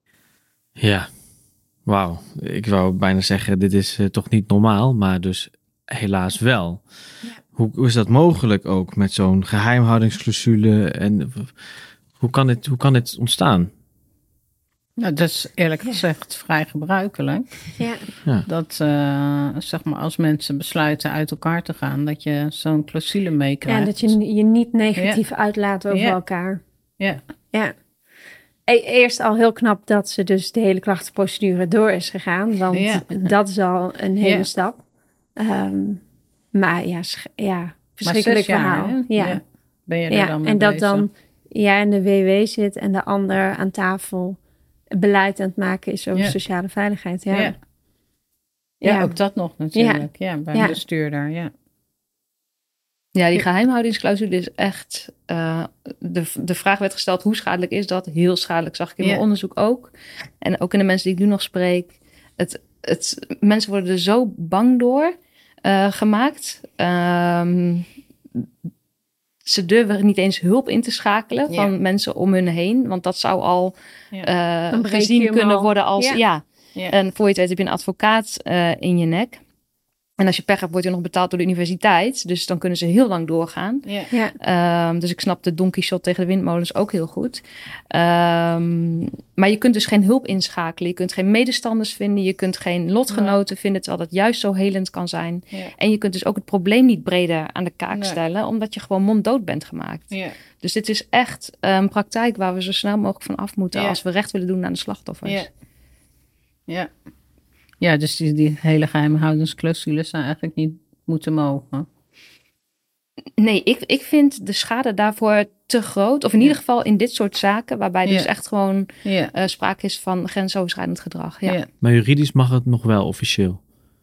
Ja, wauw. Ik wou bijna zeggen, dit is uh, toch niet normaal, maar dus helaas wel. Ja. Hoe, hoe is dat mogelijk ook met zo'n geheimhoudingsclausule en hoe kan dit, hoe kan dit ontstaan? Nou, dat is eerlijk gezegd ja. vrij gebruikelijk. Ja. Ja. Dat uh, zeg maar als mensen besluiten uit elkaar te gaan, dat je zo'n clausule meekrijgt. Ja, dat je je niet negatief ja. uitlaat over ja. elkaar. Ja. Ja. E- eerst al heel knap dat ze dus de hele klachtenprocedure door is gegaan, want ja. dat is al een hele ja. stap. Um, maar ja, sch- ja verschrikkelijk verhaal. Jaar, ja. ja. Ben je er ja. dan mee En dat bezig? dan jij in de W W zit en de ander aan tafel beleid aan het maken is over ja. sociale veiligheid. Ja. Ja. Ja, ja, ook dat nog natuurlijk. Ja, ja bij een ja. bestuurder, ja. Ja, die geheimhoudingsclausule is echt... Uh, de, de vraag werd gesteld, hoe schadelijk is dat? Heel schadelijk, zag ik in ja. mijn onderzoek ook. En ook in de mensen die ik nu nog spreek. Het, het, mensen worden er zo bang door uh, gemaakt. Um, ze durven niet eens hulp in te schakelen van ja. mensen om hun heen. Want dat zou al ja. uh, gezien kunnen al. worden als... Ja. Ja. Ja. En voor je het weet heb je een advocaat uh, in je nek. En als je pech hebt, wordt je nog betaald door de universiteit. Dus dan kunnen ze heel lang doorgaan. Ja. Ja. Um, dus ik snap de Don Quixote tegen de windmolens ook heel goed. Um, maar je kunt dus geen hulp inschakelen. Je kunt geen medestanders vinden. Je kunt geen lotgenoten nee. vinden, terwijl dat juist zo helend kan zijn. Ja. En je kunt dus ook het probleem niet breder aan de kaak nee. stellen, omdat je gewoon monddood bent gemaakt. Ja. Dus dit is echt een praktijk waar we zo snel mogelijk van af moeten ja. als we recht willen doen aan de slachtoffers. Ja. Ja. Ja, dus die, die hele geheimhoudingsclausules zou eigenlijk niet moeten mogen. Nee, ik, ik vind de schade daarvoor te groot. Of in ja. ieder geval in dit soort zaken, waarbij dus ja. echt gewoon ja. uh, sprake is van grensoverschrijdend gedrag. Ja. Ja. Maar juridisch mag het nog wel officieel?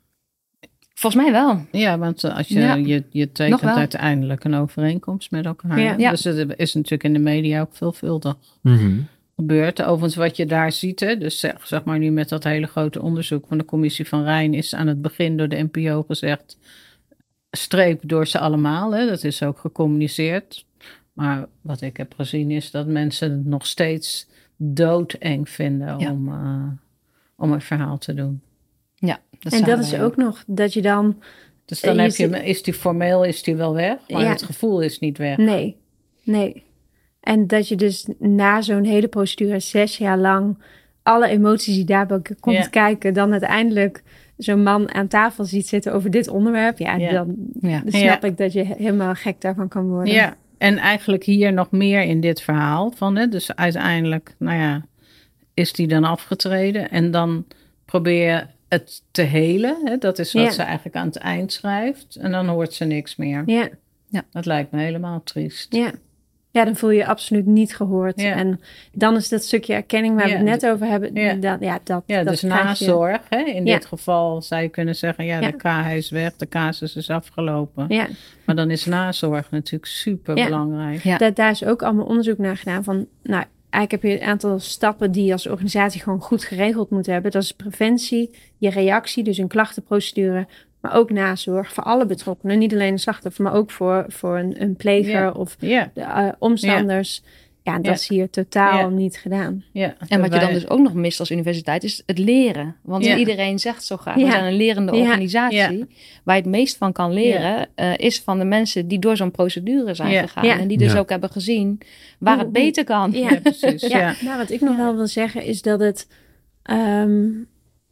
Volgens mij wel. Ja, want als je, ja. je, je tekent uiteindelijk een overeenkomst met elkaar. Ja. Ja. Dus het is natuurlijk in de media ook veelvuldig. Mm-hmm. Gebeurt. Overigens wat je daar ziet, hè, dus zeg, zeg maar nu met dat hele grote onderzoek van de commissie van Rijn is aan het begin door de N P O gezegd, streep door ze allemaal. Hè, dat is ook gecommuniceerd. Maar wat ik heb gezien is dat mensen het nog steeds doodeng vinden ja. om, uh, om een verhaal te doen. Ja, dat en dat is ook, ook nog dat je dan... Dus dan je heb je, is die formeel is die wel weg, maar ja. het gevoel is niet weg. Nee, nee. En dat je dus na zo'n hele procedure zes jaar lang alle emoties die daarbij komt ja. kijken, dan uiteindelijk zo'n man aan tafel ziet zitten over dit onderwerp. Ja, ja. dan, ja. dan snap ja. ik dat je helemaal gek daarvan kan worden. Ja, en eigenlijk hier nog meer in dit verhaal van, hè, dus uiteindelijk, nou ja, is die dan afgetreden en dan probeer je het te helen. Hè? Dat is wat ja. ze eigenlijk aan het eind schrijft. En dan hoort ze niks meer. Ja. Ja. Dat lijkt me helemaal triest. Ja. Ja, dan voel je je absoluut niet gehoord. Ja. En dan is dat stukje erkenning waar ja. we het net over hebben. Ja, dat, ja, dat, ja dat dus nazorg. Hè? In ja. dit geval zou je kunnen zeggen, ja, ja. de K is weg, de casus is afgelopen. Ja. Maar dan is nazorg natuurlijk super ja. belangrijk. Ja. Dat, daar is ook allemaal onderzoek naar gedaan van, nou, eigenlijk heb je een aantal stappen die je als organisatie gewoon goed geregeld moet hebben. Dat is preventie, je reactie, dus een klachtenprocedure, maar ook nazorg voor alle betrokkenen. Niet alleen de slachtoffer, maar ook voor, voor een, een pleger yeah. of yeah. de uh, omstanders. Yeah. Ja, dat yeah. is hier totaal yeah. niet gedaan. Yeah. En wat je dan dus ook nog mist als universiteit is het leren. Want yeah. iedereen zegt zo graag, yeah. we zijn een lerende yeah. organisatie. Yeah. Waar je het meest van kan leren, yeah. uh, is van de mensen die door zo'n procedure zijn yeah. gegaan. Yeah. En die dus yeah. ook hebben gezien waar het beter kan. Ja, ja precies. Ja. Ja. Nou, wat ik nog wel wil zeggen is dat het... Um,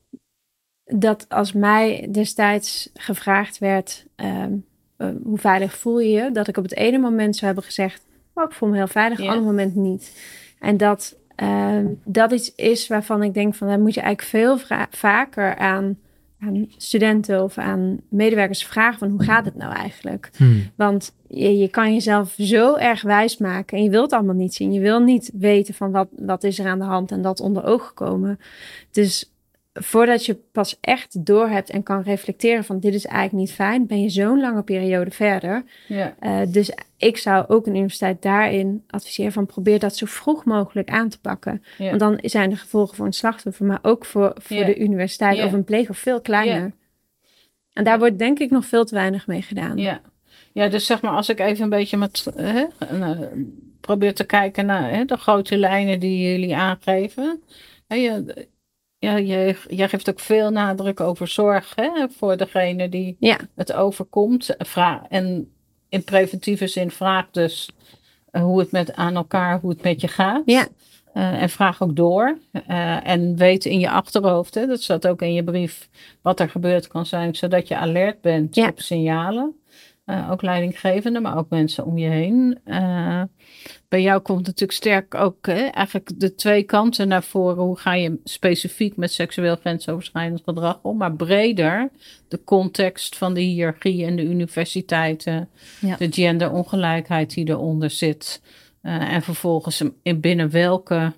dat als mij destijds gevraagd werd, um, uh, hoe veilig voel je je? Dat ik op het ene moment zou hebben gezegd, oh, ik voel me heel veilig, op het andere moment niet. En dat uh, dat iets is waarvan ik denk van, daar moet je eigenlijk veel vra- vaker aan, aan studenten of aan medewerkers vragen van, hoe gaat het nou eigenlijk? Hmm. Want je, je kan jezelf zo erg wijs maken en je wilt het allemaal niet zien. Je wil niet weten van, wat, wat is er aan de hand en dat onder ogen gekomen. Dus voordat je pas echt doorhebt en kan reflecteren van dit is eigenlijk niet fijn, ben je zo'n lange periode verder. Ja. Uh, dus ik zou ook een universiteit daarin adviseren van probeer dat zo vroeg mogelijk aan te pakken. Ja. Want dan zijn de gevolgen voor een slachtoffer, maar ook voor, voor ja. de universiteit ja. of een pleger veel kleiner. Ja. En daar wordt denk ik nog veel te weinig mee gedaan. Ja, ja dus zeg maar als ik even een beetje met, hè, uh, probeer te kijken naar hè, de grote lijnen die jullie aangeven. Hè, je, ja, je, je geeft ook veel nadruk over zorg, hè, voor degene die Ja. het overkomt. Vra- en in preventieve zin vraag dus uh, hoe het met aan elkaar, hoe het met je gaat. Ja. Uh, en vraag ook door. Uh, en weet in je achterhoofd, hè, dat staat ook in je brief, wat er gebeurd kan zijn, zodat je alert bent Ja. op signalen. Uh, ook leidinggevende, maar ook mensen om je heen. Uh, bij jou komt natuurlijk sterk ook hè, eigenlijk de twee kanten naar voren. Hoe ga je specifiek met seksueel grensoverschrijdend gedrag om? Maar breder de context van de hiërarchie en de universiteiten. Ja. De genderongelijkheid die eronder zit. Uh, en vervolgens in binnen welke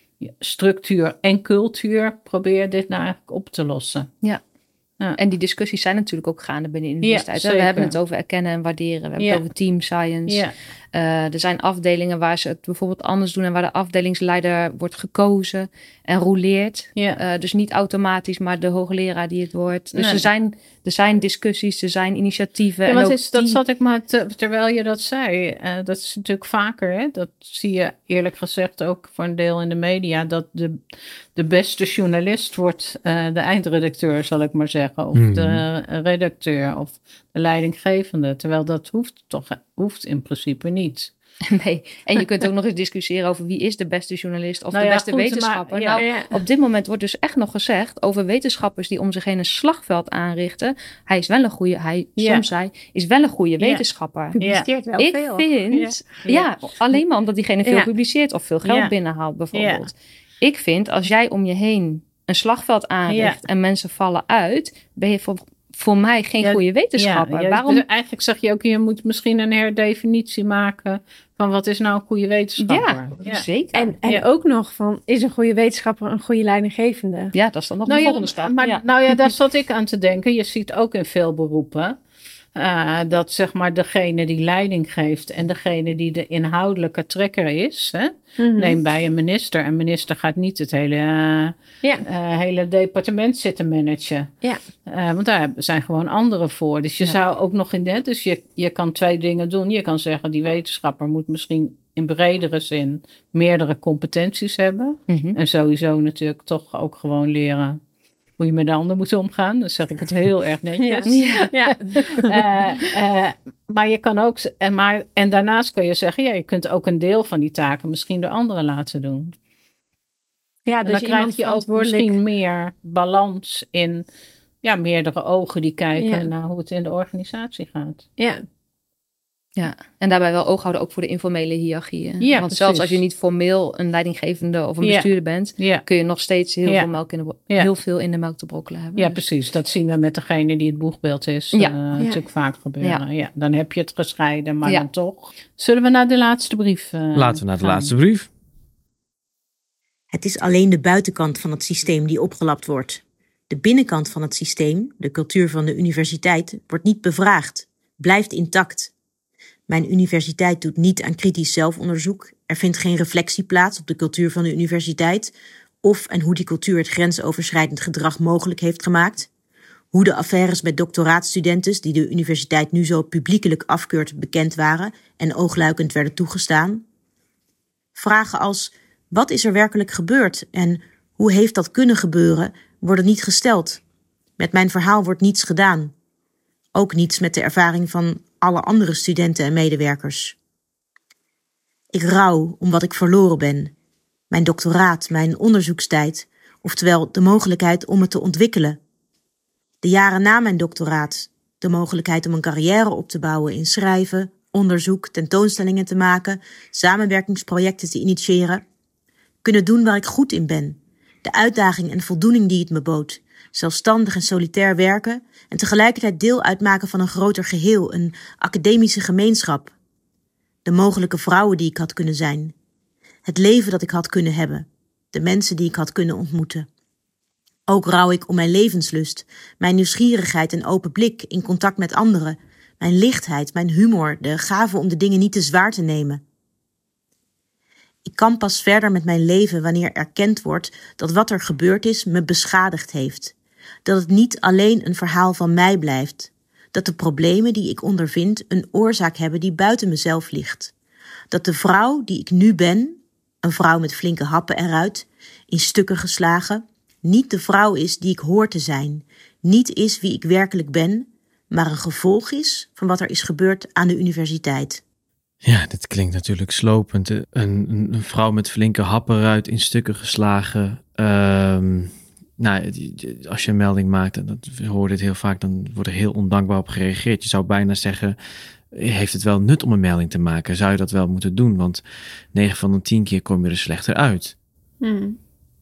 structuur en cultuur probeer je dit nou eigenlijk op te lossen. Ja. Ja. En die discussies zijn natuurlijk ook gaande binnen de universiteit. Ja, we hebben het over erkennen en waarderen. We hebben ja. het over team science. Ja. Uh, er zijn afdelingen waar ze het bijvoorbeeld anders doen en waar de afdelingsleider wordt gekozen en rouleert. Ja. Uh, dus niet automatisch, maar de hoogleraar die het wordt. Dus nee. er, zijn, er zijn discussies, er zijn initiatieven. Ja, en ook is, dat zat ik maar te, terwijl je dat zei. Uh, dat is natuurlijk vaker. Hè? Dat zie je eerlijk gezegd ook voor een deel in de media. Dat de, de beste journalist wordt uh, de eindredacteur, zal ik maar zeggen. Of mm. de redacteur of de leidinggevende. Terwijl dat hoeft toch hoeft in principe niet. Nee, en je kunt ook nog eens discussiëren over wie is de beste journalist of nou de ja, beste goed, wetenschapper. Maar, ja, nou, ja. Op dit moment wordt dus echt nog gezegd over wetenschappers die om zich heen een slagveld aanrichten. Hij is wel een goede, hij ja. soms hij is wel een goede ja. wetenschapper. Publiceert wel Ik veel. vind, ja. ja, alleen maar omdat diegene veel ja. publiceert of veel geld ja. binnenhaalt bijvoorbeeld. Ja. Ik vind als jij om je heen een slagveld aanricht ja. en mensen vallen uit, ben je voor voor mij geen ja, goede wetenschapper. Ja, Waarom? Dus eigenlijk zeg je ook, je moet misschien een herdefinitie maken van wat is nou een goede wetenschapper. Ja, ja. zeker. En, en ja. ook nog van, is een goede wetenschapper een goede leidinggevende? Ja, dat is dan nog nou de ja, volgende stap. Maar, ja. Nou ja, daar zat ik aan te denken. Je ziet ook in veel beroepen uh, dat zeg maar degene die leiding geeft en degene die de inhoudelijke trekker is. Hè? Mm-hmm. Neem bij een minister. Een minister gaat niet het hele, uh, ja. uh, hele departement zitten managen. Ja. Uh, want daar zijn gewoon anderen voor. Dus je ja. zou ook nog in dit. Dus je, je kan twee dingen doen. Je kan zeggen, die wetenschapper moet misschien in bredere zin meerdere competenties hebben. Mm-hmm. En sowieso natuurlijk toch ook gewoon leren hoe je met de ander moet omgaan. Dan zeg ik het heel erg netjes. Ja. Ja. uh, uh, maar je kan ook. En, maar, en daarnaast kun je zeggen, ja, je kunt ook een deel van die taken misschien door anderen laten doen. Ja, dus dan krijg je ook misschien meer balans in ja, meerdere ogen die kijken ja. naar hoe het in de organisatie gaat. Ja. Ja, en daarbij wel oog houden ook voor de informele hiërarchieën. Ja, Want precies. zelfs als je niet formeel een leidinggevende of een ja. bestuurder bent, ja. kun je nog steeds heel, ja. veel melk in de, ja. heel veel in de melk te brokkelen hebben. Ja, precies. Dat zien we met degene die het boegbeeld is. Ja. Uh, ja. natuurlijk vaak gebeuren. Ja. Ja, dan heb je het gescheiden, maar ja. dan toch. Zullen we naar de laatste brief uh, Laten we naar de gaan. laatste brief. Het is alleen de buitenkant van het systeem die opgelapt wordt. De binnenkant van het systeem, de cultuur van de universiteit, wordt niet bevraagd, blijft intact. Mijn universiteit doet niet aan kritisch zelfonderzoek. Er vindt geen reflectie plaats op de cultuur van de universiteit of en hoe die cultuur het grensoverschrijdend gedrag mogelijk heeft gemaakt. Hoe de affaires met doctoraatstudenten die de universiteit nu zo publiekelijk afkeurt bekend waren en oogluikend werden toegestaan. Vragen als, wat is er werkelijk gebeurd en hoe heeft dat kunnen gebeuren, worden niet gesteld. Met mijn verhaal wordt niets gedaan. Ook niets met de ervaring van alle andere studenten en medewerkers. Ik rouw om wat ik verloren ben. Mijn doctoraat, mijn onderzoekstijd, oftewel de mogelijkheid om het te ontwikkelen. De jaren na mijn doctoraat, de mogelijkheid om een carrière op te bouwen in schrijven, onderzoek, tentoonstellingen te maken, samenwerkingsprojecten te initiëren. Kunnen doen waar ik goed in ben. De uitdaging en voldoening die het me bood. Zelfstandig en solitair werken en tegelijkertijd deel uitmaken van een groter geheel, een academische gemeenschap. De mogelijke vrouwen die ik had kunnen zijn. Het leven dat ik had kunnen hebben. De mensen die ik had kunnen ontmoeten. Ook rouw ik om mijn levenslust, mijn nieuwsgierigheid en open blik in contact met anderen, mijn lichtheid, mijn humor, de gave om de dingen niet te zwaar te nemen. Ik kan pas verder met mijn leven wanneer erkend wordt dat wat er gebeurd is me beschadigd heeft. Dat het niet alleen een verhaal van mij blijft. Dat de problemen die ik ondervind een oorzaak hebben die buiten mezelf ligt. Dat de vrouw die ik nu ben, een vrouw met flinke happen eruit, in stukken geslagen, niet de vrouw is die ik hoor te zijn, niet is wie ik werkelijk ben, maar een gevolg is van wat er is gebeurd aan de universiteit. Ja, dit klinkt natuurlijk slopend. Een, een, een vrouw met flinke happenruit in stukken geslagen. Um, nou, als je een melding maakt, en dat hoor dit heel vaak, dan wordt er heel ondankbaar op gereageerd. Je zou bijna zeggen, heeft het wel nut om een melding te maken? Zou je dat wel moeten doen? Want negen van de tien keer kom je er slechter uit. Hmm.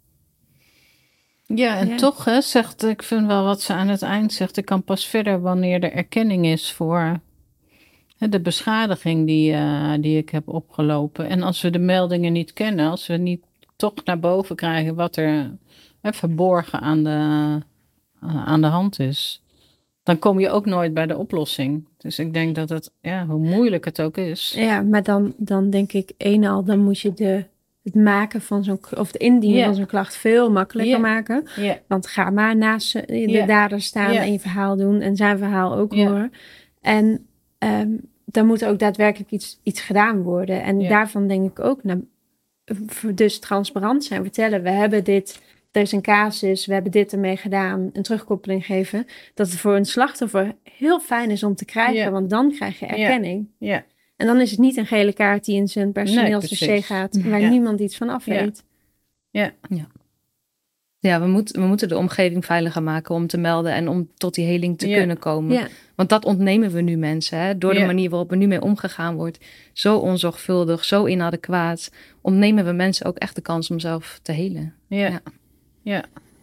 Ja, en Ja. toch hè, zegt, ik vind wel wat ze aan het eind zegt, ik kan pas verder wanneer er erkenning is voor hè, de beschadiging die, uh, die ik heb opgelopen. En als we de meldingen niet kennen, als we niet toch naar boven krijgen wat er hè, verborgen aan de, uh, aan de hand is, dan kom je ook nooit bij de oplossing. Dus ik denk dat het, ja, hoe moeilijk het ook is. Ja, maar dan, dan denk ik, een al, dan moet je de, het maken van zo'n, of het indienen Ja. van zo'n klacht veel makkelijker Ja. maken. Ja. Want ga maar naast de Ja. dader staan Ja. en je verhaal doen en zijn verhaal ook Ja. horen. En um, dan moet ook daadwerkelijk iets, iets gedaan worden. En Ja. daarvan denk ik ook, nou, dus transparant zijn, vertellen, we hebben dit, er is een casus, we hebben dit ermee gedaan, een terugkoppeling geven. Dat het voor een slachtoffer heel fijn is om te krijgen, Ja. want dan krijg je erkenning. Ja. En dan is het niet een gele kaart die in zijn personeelsdossier precies. gaat, waar Ja. niemand iets van af Ja. weet. Ja. Ja, we, moet, we moeten de omgeving veiliger maken om te melden en om tot die heling te Ja. kunnen komen. Ja. Want dat ontnemen we nu mensen. Hè? Door de Ja. manier waarop er nu mee omgegaan wordt. Zo onzorgvuldig, zo inadequaat. Ontnemen we mensen ook echt de kans om zelf te helen. Ja. Ja. Ja.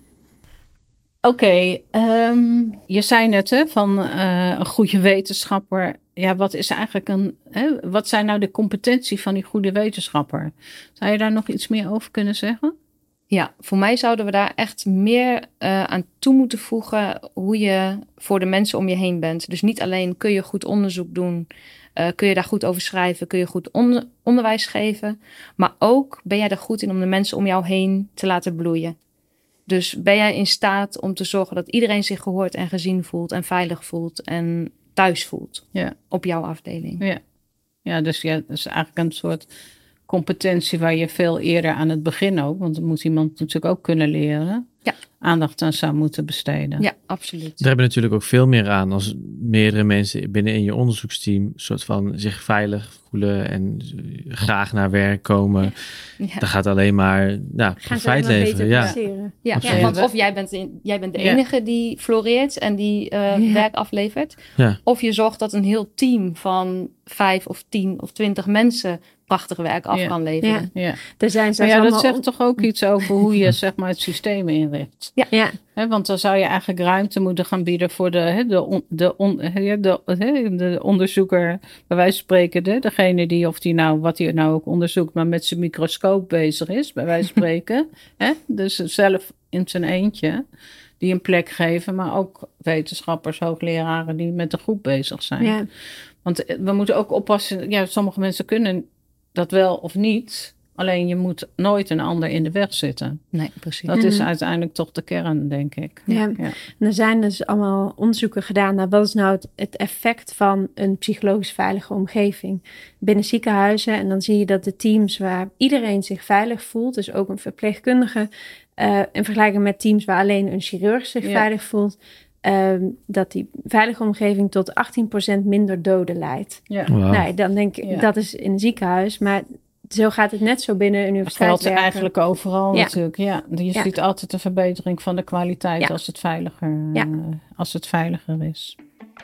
Oké, ehm, je zei net hè, van uh, een goede wetenschapper. Ja, wat is eigenlijk een. Hè, wat zijn nou de competenties van die goede wetenschapper? Zou je daar nog iets meer over kunnen zeggen? Ja, voor mij zouden we daar echt meer uh, aan toe moeten voegen hoe je voor de mensen om je heen bent. Dus niet alleen kun je goed onderzoek doen, uh, kun je daar goed over schrijven, kun je goed onder, onderwijs geven. Maar ook ben jij er goed in om de mensen om jou heen te laten bloeien. Dus ben jij in staat om te zorgen dat iedereen zich gehoord en gezien voelt en veilig voelt en thuis voelt Ja. op jouw afdeling. Ja, ja dus ja, dat is eigenlijk een soort competentie waar je veel eerder aan het begin ook, want dan moet iemand natuurlijk ook kunnen leren, ja. aandacht aan zou moeten besteden. Ja, absoluut. Daar hebben natuurlijk ook veel meer aan als meerdere mensen binnen in je onderzoeksteam soort van zich veilig voelen en graag naar werk komen. Ja. Dat gaat alleen maar ja, profijt leveren. Ja. Ja, ja, want of jij bent, in, jij bent de Ja. enige die floreert en die uh, Ja. werk aflevert. Ja. Of je zorgt dat een heel team van vijf of tien of twintig mensen prachtig werk af Ja. kan leveren. Ja. Er zijn Maar zelfs ja, dat allemaal zegt toch ook iets over hoe je zeg maar, het systeem inricht. Ja, ja. He, want dan zou je eigenlijk ruimte moeten gaan bieden voor de, he, de, on, de, on, he, de, he, de onderzoeker, bij wijze van spreken, de, degene die, of die nou, wat hij nou ook onderzoekt, maar met zijn microscoop bezig is, bij wijze van spreken. He, dus zelf in zijn eentje, die een plek geven, maar ook wetenschappers, hoogleraren die met de groep bezig zijn. Ja. Want we moeten ook oppassen, ja, sommige mensen kunnen dat wel of niet. Alleen je moet nooit een ander in de weg zitten. Nee, precies. Dat is Mm-hmm. uiteindelijk toch de kern, denk ik. Ja. Ja. En er zijn dus allemaal onderzoeken gedaan naar wat is nou het, het effect van een psychologisch veilige omgeving binnen ziekenhuizen. En dan zie je dat de teams waar iedereen zich veilig voelt, dus ook een verpleegkundige, uh, in vergelijking met teams waar alleen een chirurg zich Ja. veilig voelt, uh, dat die veilige omgeving tot achttien procent minder doden leidt. Ja. Wow. Nou, dan denk ik, Ja. dat is in een ziekenhuis, maar zo gaat het net zo binnen Dat geldt universiteitswerken. eigenlijk overal Ja. natuurlijk. Ja, je Ja. ziet altijd een verbetering van de kwaliteit Ja. als, het veiliger, Ja. uh, als het veiliger is.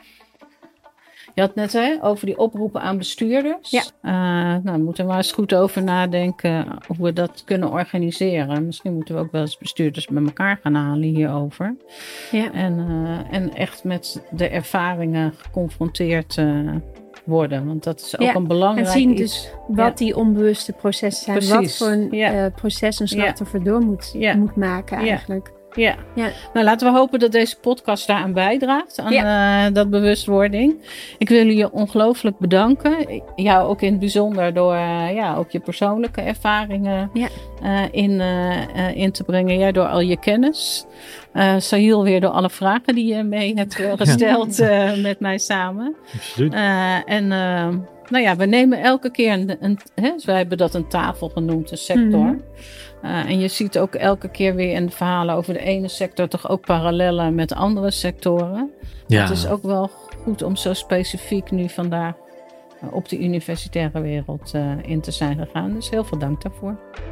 Je had net hè, over die oproepen aan bestuurders. Ja. Uh, nou, we moeten maar eens goed over nadenken hoe we dat kunnen organiseren. Misschien moeten we ook wel eens bestuurders bij elkaar gaan halen hierover. Ja. En, uh, en echt met de ervaringen geconfronteerd uh, worden. Want dat is ook Ja, een belangrijk en zien iets. dus wat Ja. die onbewuste processen zijn. Wat Precies, voor een ja. uh, proces een slachtoffer door moet, Ja. moet maken Ja. eigenlijk. Ja. Ja. Nou laten we hopen dat deze podcast daaraan bijdraagt, aan Ja. uh, dat bewustwording. Ik wil je ongelooflijk bedanken. Jou ook in het bijzonder door uh, ja, ook je persoonlijke ervaringen Ja. uh, in, uh, uh, in te brengen. Jij door al je kennis. Uh, Sahil weer door alle vragen die je mee hebt uh, gesteld uh, met mij samen. Absoluut. Uh, en uh, nou ja, we nemen elke keer een, een hè, wij hebben dat een tafel genoemd, een sector. Mhm. Uh, en je ziet ook elke keer weer in de verhalen over de ene sector toch ook parallellen met andere sectoren. Ja. Het is ook wel goed om zo specifiek nu vandaag uh, op de universitaire wereld uh, in te zijn gegaan. Dus heel veel dank daarvoor.